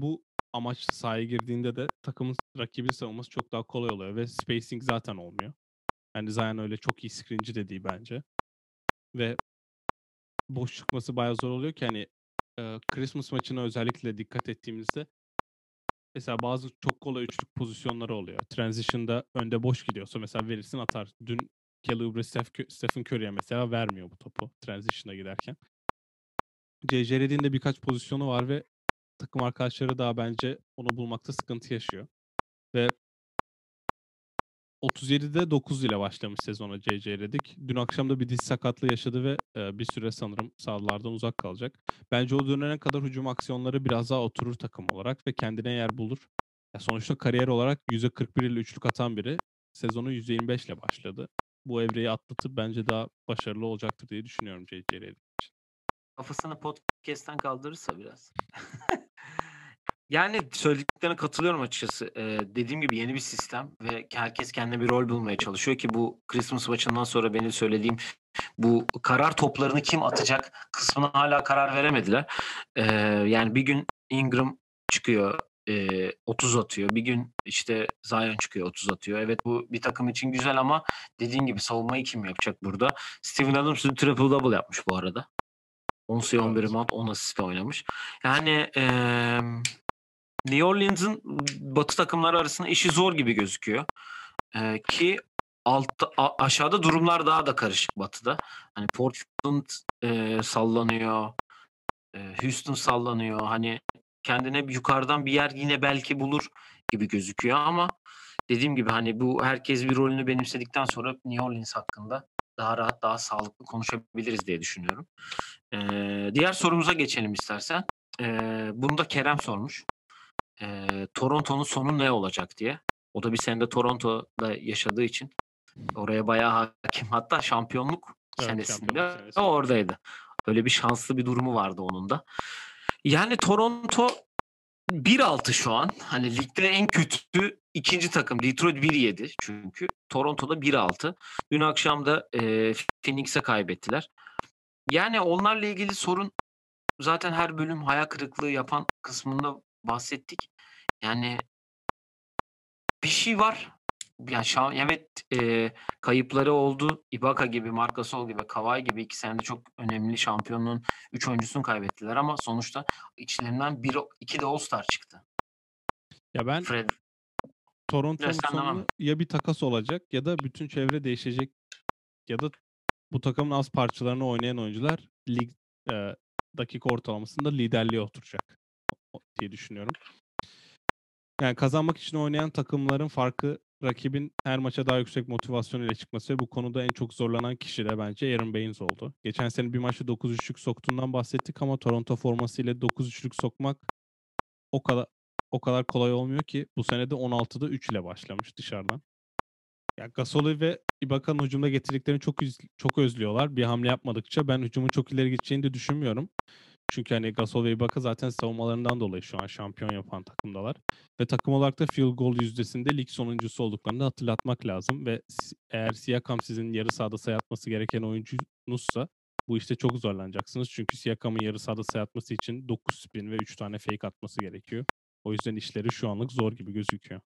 amaçlı sahaya girdiğinde de takımın rakibin savunması çok daha kolay oluyor ve spacing zaten olmuyor. Yani Zion öyle çok iyi screenci de değil bence. Ve boş çıkması bayağı zor oluyor ki hani e, Christmas maçına özellikle dikkat ettiğimizde mesela bazı çok kolay üçlük pozisyonları oluyor. Transition'da önde boş gidiyorsa mesela verirsin atar. Dün Kelly Oubre Steph, Stephen Curry'e mesela vermiyor bu topu transition'a giderken. C J Redick'in de birkaç pozisyonu var ve takım arkadaşları daha bence onu bulmakta sıkıntı yaşıyor. Ve otuz yedide dokuz ile başlamış sezona C J Redick. Dün akşam da bir diz sakatlığı yaşadı ve e, bir süre sanırım sahalardan uzak kalacak. Bence o dönene kadar hücum aksiyonları biraz daha oturur takım olarak ve kendine yer bulur. Ya sonuçta kariyer olarak yüzde kırk bir ile üçlük atan biri sezonu yüzde yirmi beş ile başladı. Bu evreyi atlatıp bence daha başarılı olacaktır diye düşünüyorum C J Redick için. Kafasını podcast'ten kaldırırsa biraz. Yani söylediklerine katılıyorum açıkçası. Ee, dediğim gibi yeni bir sistem ve herkes kendine bir rol bulmaya çalışıyor ki bu Christmas maçından sonra benim söylediğim bu karar toplarını kim atacak kısmına hala karar veremediler. Ee, yani bir gün Ingram çıkıyor e, otuz atıyor. Bir gün işte Zion çıkıyor otuz atıyor. Evet bu bir takım için güzel ama dediğin gibi savunmayı kim yapacak burada? Steven Adams dün triple double yapmış bu arada. on sayı on bir Evet. rebound on asist oynamış. Yani eee New Orleans'ın batı takımları arasında işi zor gibi gözüküyor. Ee, ki altta, a- aşağıda durumlar daha da karışık batıda. Hani Portland e, sallanıyor. e, Houston sallanıyor. Hani kendine bir yukarıdan bir yer yine belki bulur gibi gözüküyor ama dediğim gibi hani bu herkes bir rolünü benimsedikten sonra New Orleans hakkında daha rahat, daha sağlıklı konuşabiliriz diye düşünüyorum. Ee, diğer sorumuza geçelim istersen. Ee, bunu da Kerem sormuş. Ee, Toronto'nun sonu ne olacak diye. O da bir sene de Toronto'da yaşadığı için oraya bayağı hakim. Hatta şampiyonluk Evet, şampiyonluk senesinde senesi. oradaydı. Öyle bir şanslı bir durumu vardı onun da. Yani Toronto bir altı şu an. Hani ligde en kötü ikinci takım. Detroit bir yedi çünkü. Toronto'da bir altı. Dün akşam da e, Phoenix'e kaybettiler. Yani onlarla ilgili sorun zaten her bölüm hayal kırıklığı yapan kısmında bahsettik. Yani bir şey var. Yani şa- evet e, kayıpları oldu. Ibaka gibi, Marc Gasol gibi, Kawhi gibi iki senede çok önemli şampiyonluğun üç oyuncusunu kaybettiler ama sonuçta içlerinden bir, iki de All-Star çıktı. Ya ben Fred, Toronto'nun sen devam et. sonunu ya bir takas olacak ya da bütün çevre değişecek ya da bu takımın az parçalarını oynayan oyuncular lig e, dakika ortalamasında liderliğe oturacak o- diye düşünüyorum. Yani kazanmak için oynayan takımların farkı rakibin her maça daha yüksek motivasyon ile çıkması ve bu konuda en çok zorlanan kişi de bence Aaron Baines oldu. Geçen sene bir maçta dokuz üçlük soktuğundan bahsettik ama Toronto formasıyla dokuz üçlük sokmak o kadar o kadar kolay olmuyor ki bu sene de on altıda üç ile başlamış dışarıdan. Ya Gasol'u ve Ibaka'nın hücumda getirdiklerini çok üz- çok özlüyorlar. Bir hamle yapmadıkça ben hücumun çok ileri gideceğini de düşünmüyorum. Çünkü hani Gasol ve Ibaka zaten savunmalarından dolayı şu an şampiyon yapan takımdalar. Ve takım olarak da field goal yüzdesinde lig sonuncusu olduklarını da hatırlatmak lazım. Ve si- eğer Siakam sizin yarı sahada sayı atması gereken oyuncunuzsa bu işte çok zorlanacaksınız. Çünkü Siakam'ın yarı sahada sayı atması için dokuz spin ve üç tane fake atması gerekiyor. O yüzden işleri şu anlık zor gibi gözüküyor.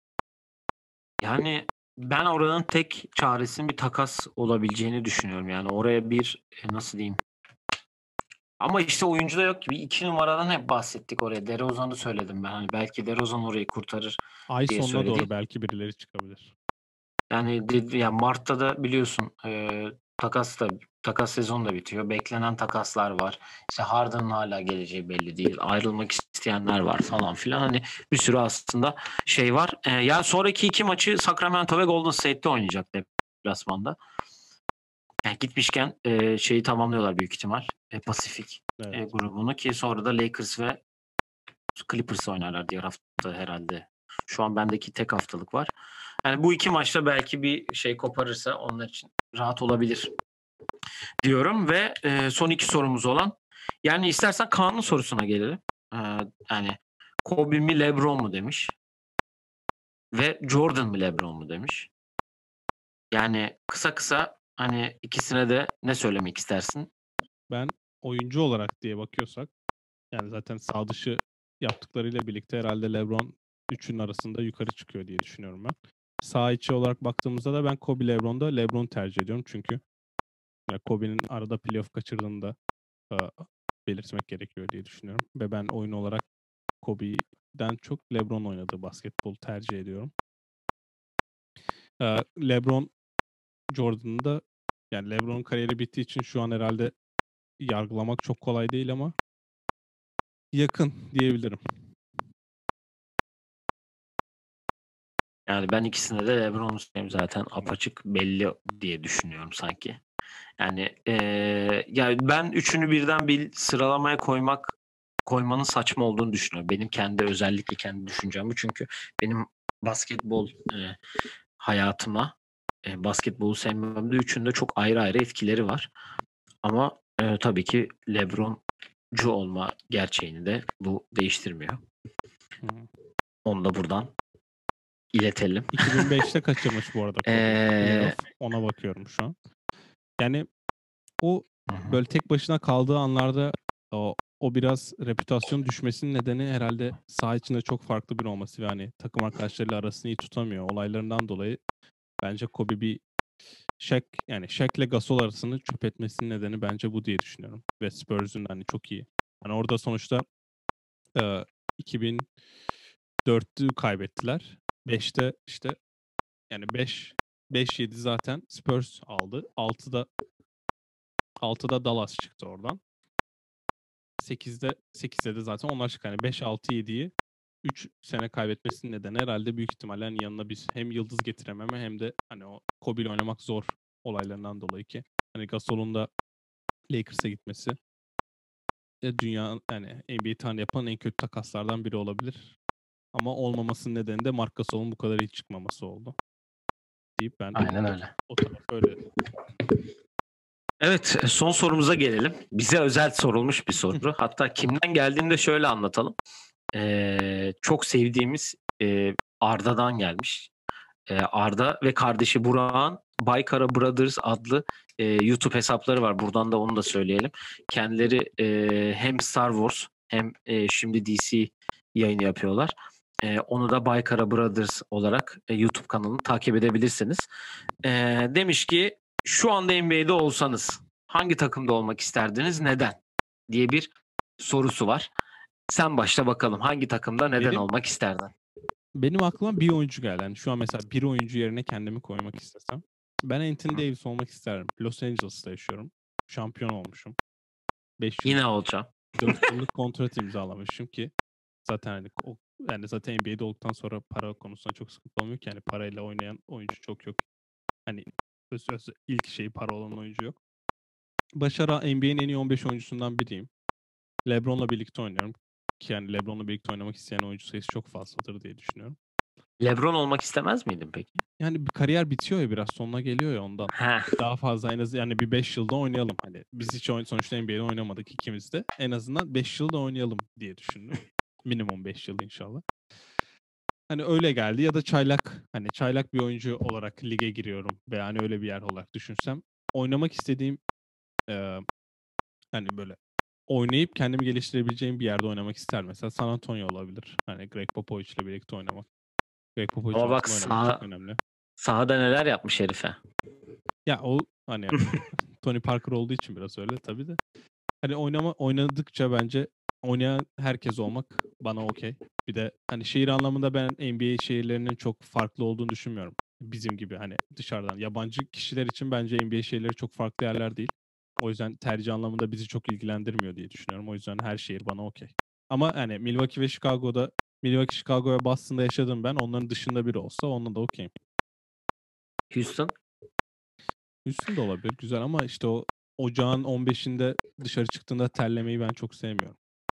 Yani ben oranın tek çaresinin bir takas olabileceğini düşünüyorum. Yani oraya bir e, nasıl diyeyim? Ama işte oyuncu da yok gibi. İki numaradan hep bahsettik oraya. DeRozan'ı söyledim ben. Hani belki DeRozan orayı kurtarır Ay diye sonuna söyledik. doğru belki birileri çıkabilir. Yani dedi, yani Mart'ta da biliyorsun e, takas da takas sezonu da bitiyor. Beklenen takaslar var. İşte Harden'ın hala geleceği belli değil. Ayrılmak isteyenler var falan filan. Hani bir sürü aslında şey var. E, yani sonraki iki maçı Sacramento ve Golden State'te oynayacak deplasmanda. Yani gitmişken e, şeyi tamamlıyorlar büyük ihtimal. E, Pasifik Evet. e, grubunu ki sonra da Lakers ve Clippers oynarlar diğer hafta herhalde. Şu an bendeki tek haftalık var. Yani bu iki maçta belki bir şey koparırsa onlar için rahat olabilir diyorum ve e, son iki sorumuz olan yani istersen Kaan'ın sorusuna gelelim. E, yani Kobe mi LeBron mu demiş ve Jordan mı LeBron mu demiş. Yani kısa kısa hani ikisine de ne söylemek istersin? Ben oyuncu olarak diye bakıyorsak yani zaten sağ dışı yaptıklarıyla birlikte herhalde LeBron üçün arasında yukarı çıkıyor diye düşünüyorum ben. Sağ içi olarak baktığımızda da ben Kobe LeBron'da LeBron'u tercih ediyorum. Çünkü yani Kobe'nin arada playoff kaçırdığını da e, belirtmek gerekiyor diye düşünüyorum. Ve ben oyun olarak Kobe'den çok LeBron oynadığı basketbolu tercih ediyorum. E, LeBron Jordan'ı da yani LeBron'un kariyeri bittiği için şu an herhalde yargılamak çok kolay değil ama yakın diyebilirim. Yani ben ikisinde de LeBron'u seveyim zaten apaçık belli diye düşünüyorum sanki. Yani eee yani ben üçünü birden bir sıralamaya koymak koymanın saçma olduğunu düşünüyorum. Benim kendi özellikle kendi düşüncem bu. Çünkü benim basketbol eee, hayatıma e, basketbolu sevmemde üçünde çok ayrı ayrı etkileri var. Ama e, tabii ki LeBron'cu olma gerçeğini de bu değiştirmiyor. Hı. Onu da buradan iletelim. iki bin beşte kaçırmış bu arada Kobe. Ee, Playoff. Ona bakıyorum şu an. Yani o hı hı. böyle tek başına kaldığı anlarda o, o biraz reputasyon düşmesinin nedeni herhalde saha içinde çok farklı bir olması ve hani takım arkadaşlarıyla arasını iyi tutamıyor. Olaylarından dolayı bence Kobe bir Shaq yani Shaq'le Gasol arasını çöp etmesinin nedeni bence bu diye düşünüyorum. Ve Spurs'un hani çok iyi. Hani orada sonuçta e, iki bin dörtü kaybettiler. beşte işte yani beş beş yedi zaten Spurs aldı. altıda altıda Dallas çıktı oradan. sekizde sekizde de zaten onlar çıktı. Yani beş altı yediyi üç sene kaybetmesinin nedeni herhalde büyük ihtimalle hani yanına biz hem yıldız getirememe hem de hani o Kobe ile oynamak zor olaylarından dolayı ki hani Gasol'un da Lakers'a gitmesi e, dünya yani N B A tarihinde yapan en kötü takaslardan biri olabilir. Ama olmamasının nedeni de Marc Gasol'un bu kadar iyi çıkmaması oldu. Deyip ben Aynen öyle. o taraf öyle. Evet, son sorumuza gelelim. Bize özel sorulmuş bir soru. Hatta kimden geldiğini de şöyle anlatalım. Ee, çok sevdiğimiz e, Arda'dan gelmiş. Ee, Arda ve kardeşi Burak'ın Baykara Brothers adlı e, YouTube hesapları var. Buradan da onu da söyleyelim. Kendileri e, hem Star Wars hem e, şimdi D C yayını yapıyorlar. E, onu da Baykara Brothers olarak e, YouTube kanalını takip edebilirsiniz. E, demiş ki şu anda N B A'de olsanız hangi takımda olmak isterdiniz? Neden? Diye bir sorusu var. Sen başla bakalım. Hangi takımda neden Benim olmak isterdin? benim aklıma bir oyuncu geldi. Yani şu an mesela bir oyuncu yerine kendimi koymak istesem. Ben Anthony Davis olmak isterdim. Los Angeles'ta yaşıyorum. Şampiyon olmuşum. beş yıl, Yine olacağım. dört yıllık kontrat imzalamışım ki zaten hani o, yani zaten N B A'de olduktan sonra para konusunda çok sıkıntı olmuyor ki. Yani parayla oynayan oyuncu çok yok. Hani öz, öz, ilk şeyi para olan oyuncu yok. Başara N B A'nin en iyi on beş oyuncusundan biriyim. LeBron'la birlikte oynuyorum. Ki yani LeBron'la birlikte oynamak isteyen oyuncu sayısı çok fazladır diye düşünüyorum. LeBron olmak istemez miydin peki? Yani bir kariyer bitiyor ya biraz sonuna geliyor ya ondan. Heh. Daha fazla en az yani bir beş yılda oynayalım. Hani biz hiç oyun, sonuçta N B A'de oynamadık ikimiz de. En azından beş yılda oynayalım diye düşündüm. Minimum beş yıl inşallah. Hani öyle geldi ya da çaylak hani çaylak bir oyuncu olarak lige giriyorum ve hani öyle bir yer olarak düşünsem oynamak istediğim e, hani böyle oynayıp kendimi geliştirebileceğim bir yerde oynamak ister. Mesela San Antonio olabilir. Hani Greg Popovich ile birlikte oynamak. Greg Popovich Ama bak altında oynamak çok sağ, önemli. sahada neler yapmış herife. Ya o hani Tony Parker olduğu için biraz öyle tabii de. Hani oynama oynadıkça bence oynayan herkes olmak bana okey. Bir de hani şehir anlamında ben N B A şehirlerinin çok farklı olduğunu düşünmüyorum. Bizim gibi hani dışarıdan yabancı kişiler için bence N B A şehirleri çok farklı yerler değil. O yüzden tercih anlamında bizi çok ilgilendirmiyor diye düşünüyorum. O yüzden her şehir bana okey. Ama hani Milwaukee ve Chicago'da Milwaukee, Chicago ve Boston'da yaşadım ben. Onların dışında biri olsa onunla da okeyim. Houston? Houston da olabilir. Güzel ama işte o ocağın on beşinde dışarı çıktığında terlemeyi ben çok sevmiyorum.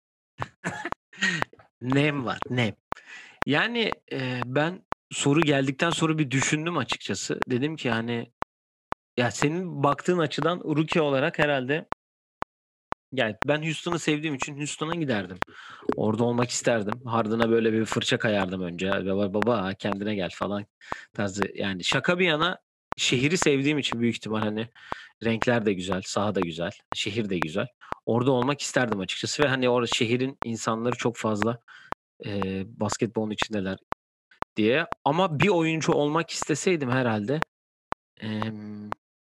Nem var, nem. Yani e, ben soru geldikten sonra bir düşündüm açıkçası. Dedim ki hani ya senin baktığın açıdan rookie olarak herhalde yani ben Houston'ı sevdiğim için Houston'a giderdim. Orada olmak isterdim. Harden'a böyle bir fırça kayardım önce. Baba baba kendine gel falan tarzı. Yani şaka bir yana şehri sevdiğim için büyük ihtimal hani renkler de güzel, saha da güzel, şehir de güzel. Orada olmak isterdim açıkçası ve hani orada şehrin insanları çok fazla e, basketbolun içindeler diye. Ama bir oyuncu olmak isteseydim herhalde em,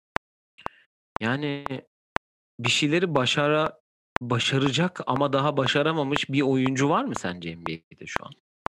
yani bir şeyleri başara başaracak ama daha başaramamış bir oyuncu var mı sence N B A'de şu an?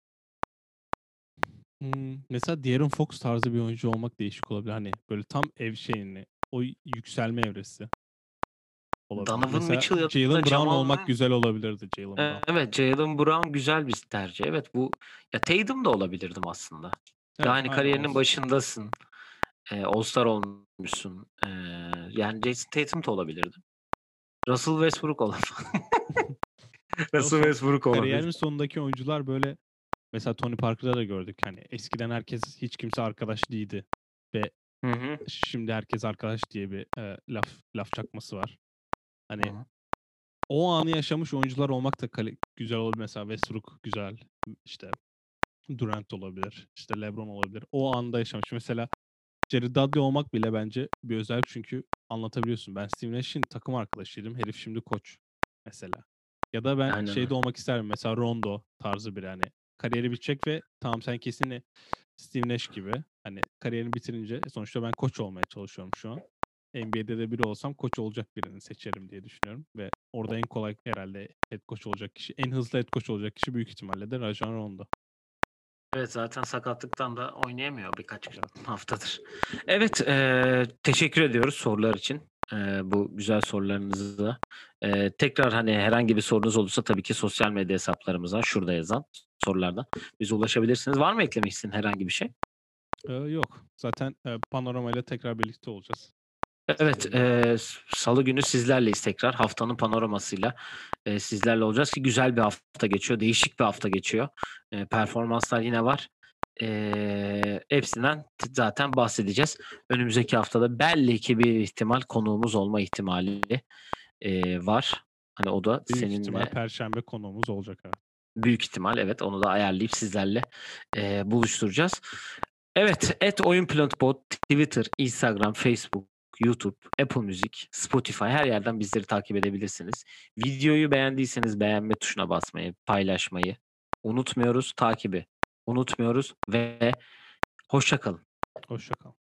Hmm, mesela De'Aaron Fox tarzı bir oyuncu olmak değişik olabilir. Hani böyle tam ev şeyini, o yükselme evresi olabilir. Donovan Mesela Mitchell ya da Jaylen Brown Jamal olmak Murray. güzel olabilirdi, Jaylen Brown. Evet, Jaylen Brown güzel bir tercih. Evet, bu ya Tatum da olabilirdim aslında. Daha Evet, hani aynen kariyerinin olsun. başındasın. E, All-Star olmuşsun. E, yani Jason Tatum da olabilirdim. Russell Westbrook olabilir. Russell Son, Westbrook olabilir. kariyerin sonundaki oyuncular böyle, mesela Tony Parker'da da gördük. Hani eskiden herkes, hiç kimse arkadaş değildi ve Hı hı. şimdi herkes arkadaş diye bir e, laf laf çakması var. Hani Hı hı. o anı yaşamış oyuncular olmak da kale- güzel olabilir. Mesela Westbrook güzel. İşte Durant olabilir. İşte LeBron olabilir. O anda yaşamış. Mesela Jared Dudley olmak bile bence bir özellik, çünkü anlatabiliyorsun. Ben Steve Nash'in takım arkadaşıydım. Herif şimdi koç mesela. Ya da ben Aynen öyle. şeyde olmak isterim. Mesela Rondo tarzı biri, hani kariyeri bitecek ve tamam, sen kesin Steve Nash gibi, hani kariyerini bitirince, sonuçta ben koç olmaya çalışıyorum şu an. N B A'de de biri olsam koç olacak birini seçerim diye düşünüyorum ve orada en kolay herhalde head coach olacak kişi, en hızlı head coach olacak kişi büyük ihtimalle de Rajon Rondo. Evet, zaten sakatlıktan da oynayamıyor birkaç Evet. haftadır. Evet, e, teşekkür ediyoruz sorular için. E, bu güzel sorularınızı. E, tekrar hani herhangi bir sorunuz olursa tabii ki sosyal medya hesaplarımıza şurada yazan sorulardan bize ulaşabilirsiniz. Var mı eklemek istediğin herhangi bir şey? Ee, yok. Zaten e, Panorama ile tekrar birlikte olacağız. Evet, Sizin de. e, Salı günü sizlerleyiz tekrar. Haftanın panoramasıyla e, sizlerle olacağız ki güzel bir hafta geçiyor. Değişik bir hafta geçiyor. E, performanslar yine var. E, hepsinden t- zaten bahsedeceğiz. Önümüzdeki haftada belki bir ihtimal konuğumuz olma ihtimali e, var. Hani o da Büyük ihtimal seninle Perşembe konuğumuz olacak. Evet. büyük ihtimal, evet, onu da ayarlayıp sizlerle e, buluşturacağız. Evet, et Oyun Planı Pod, Twitter, Instagram, Facebook, YouTube, Apple Müzik, Spotify, her yerden bizleri takip edebilirsiniz. Videoyu beğendiyseniz beğenme tuşuna basmayı, paylaşmayı unutmuyoruz, takibi unutmuyoruz ve hoşça kalın. Hoşça kal.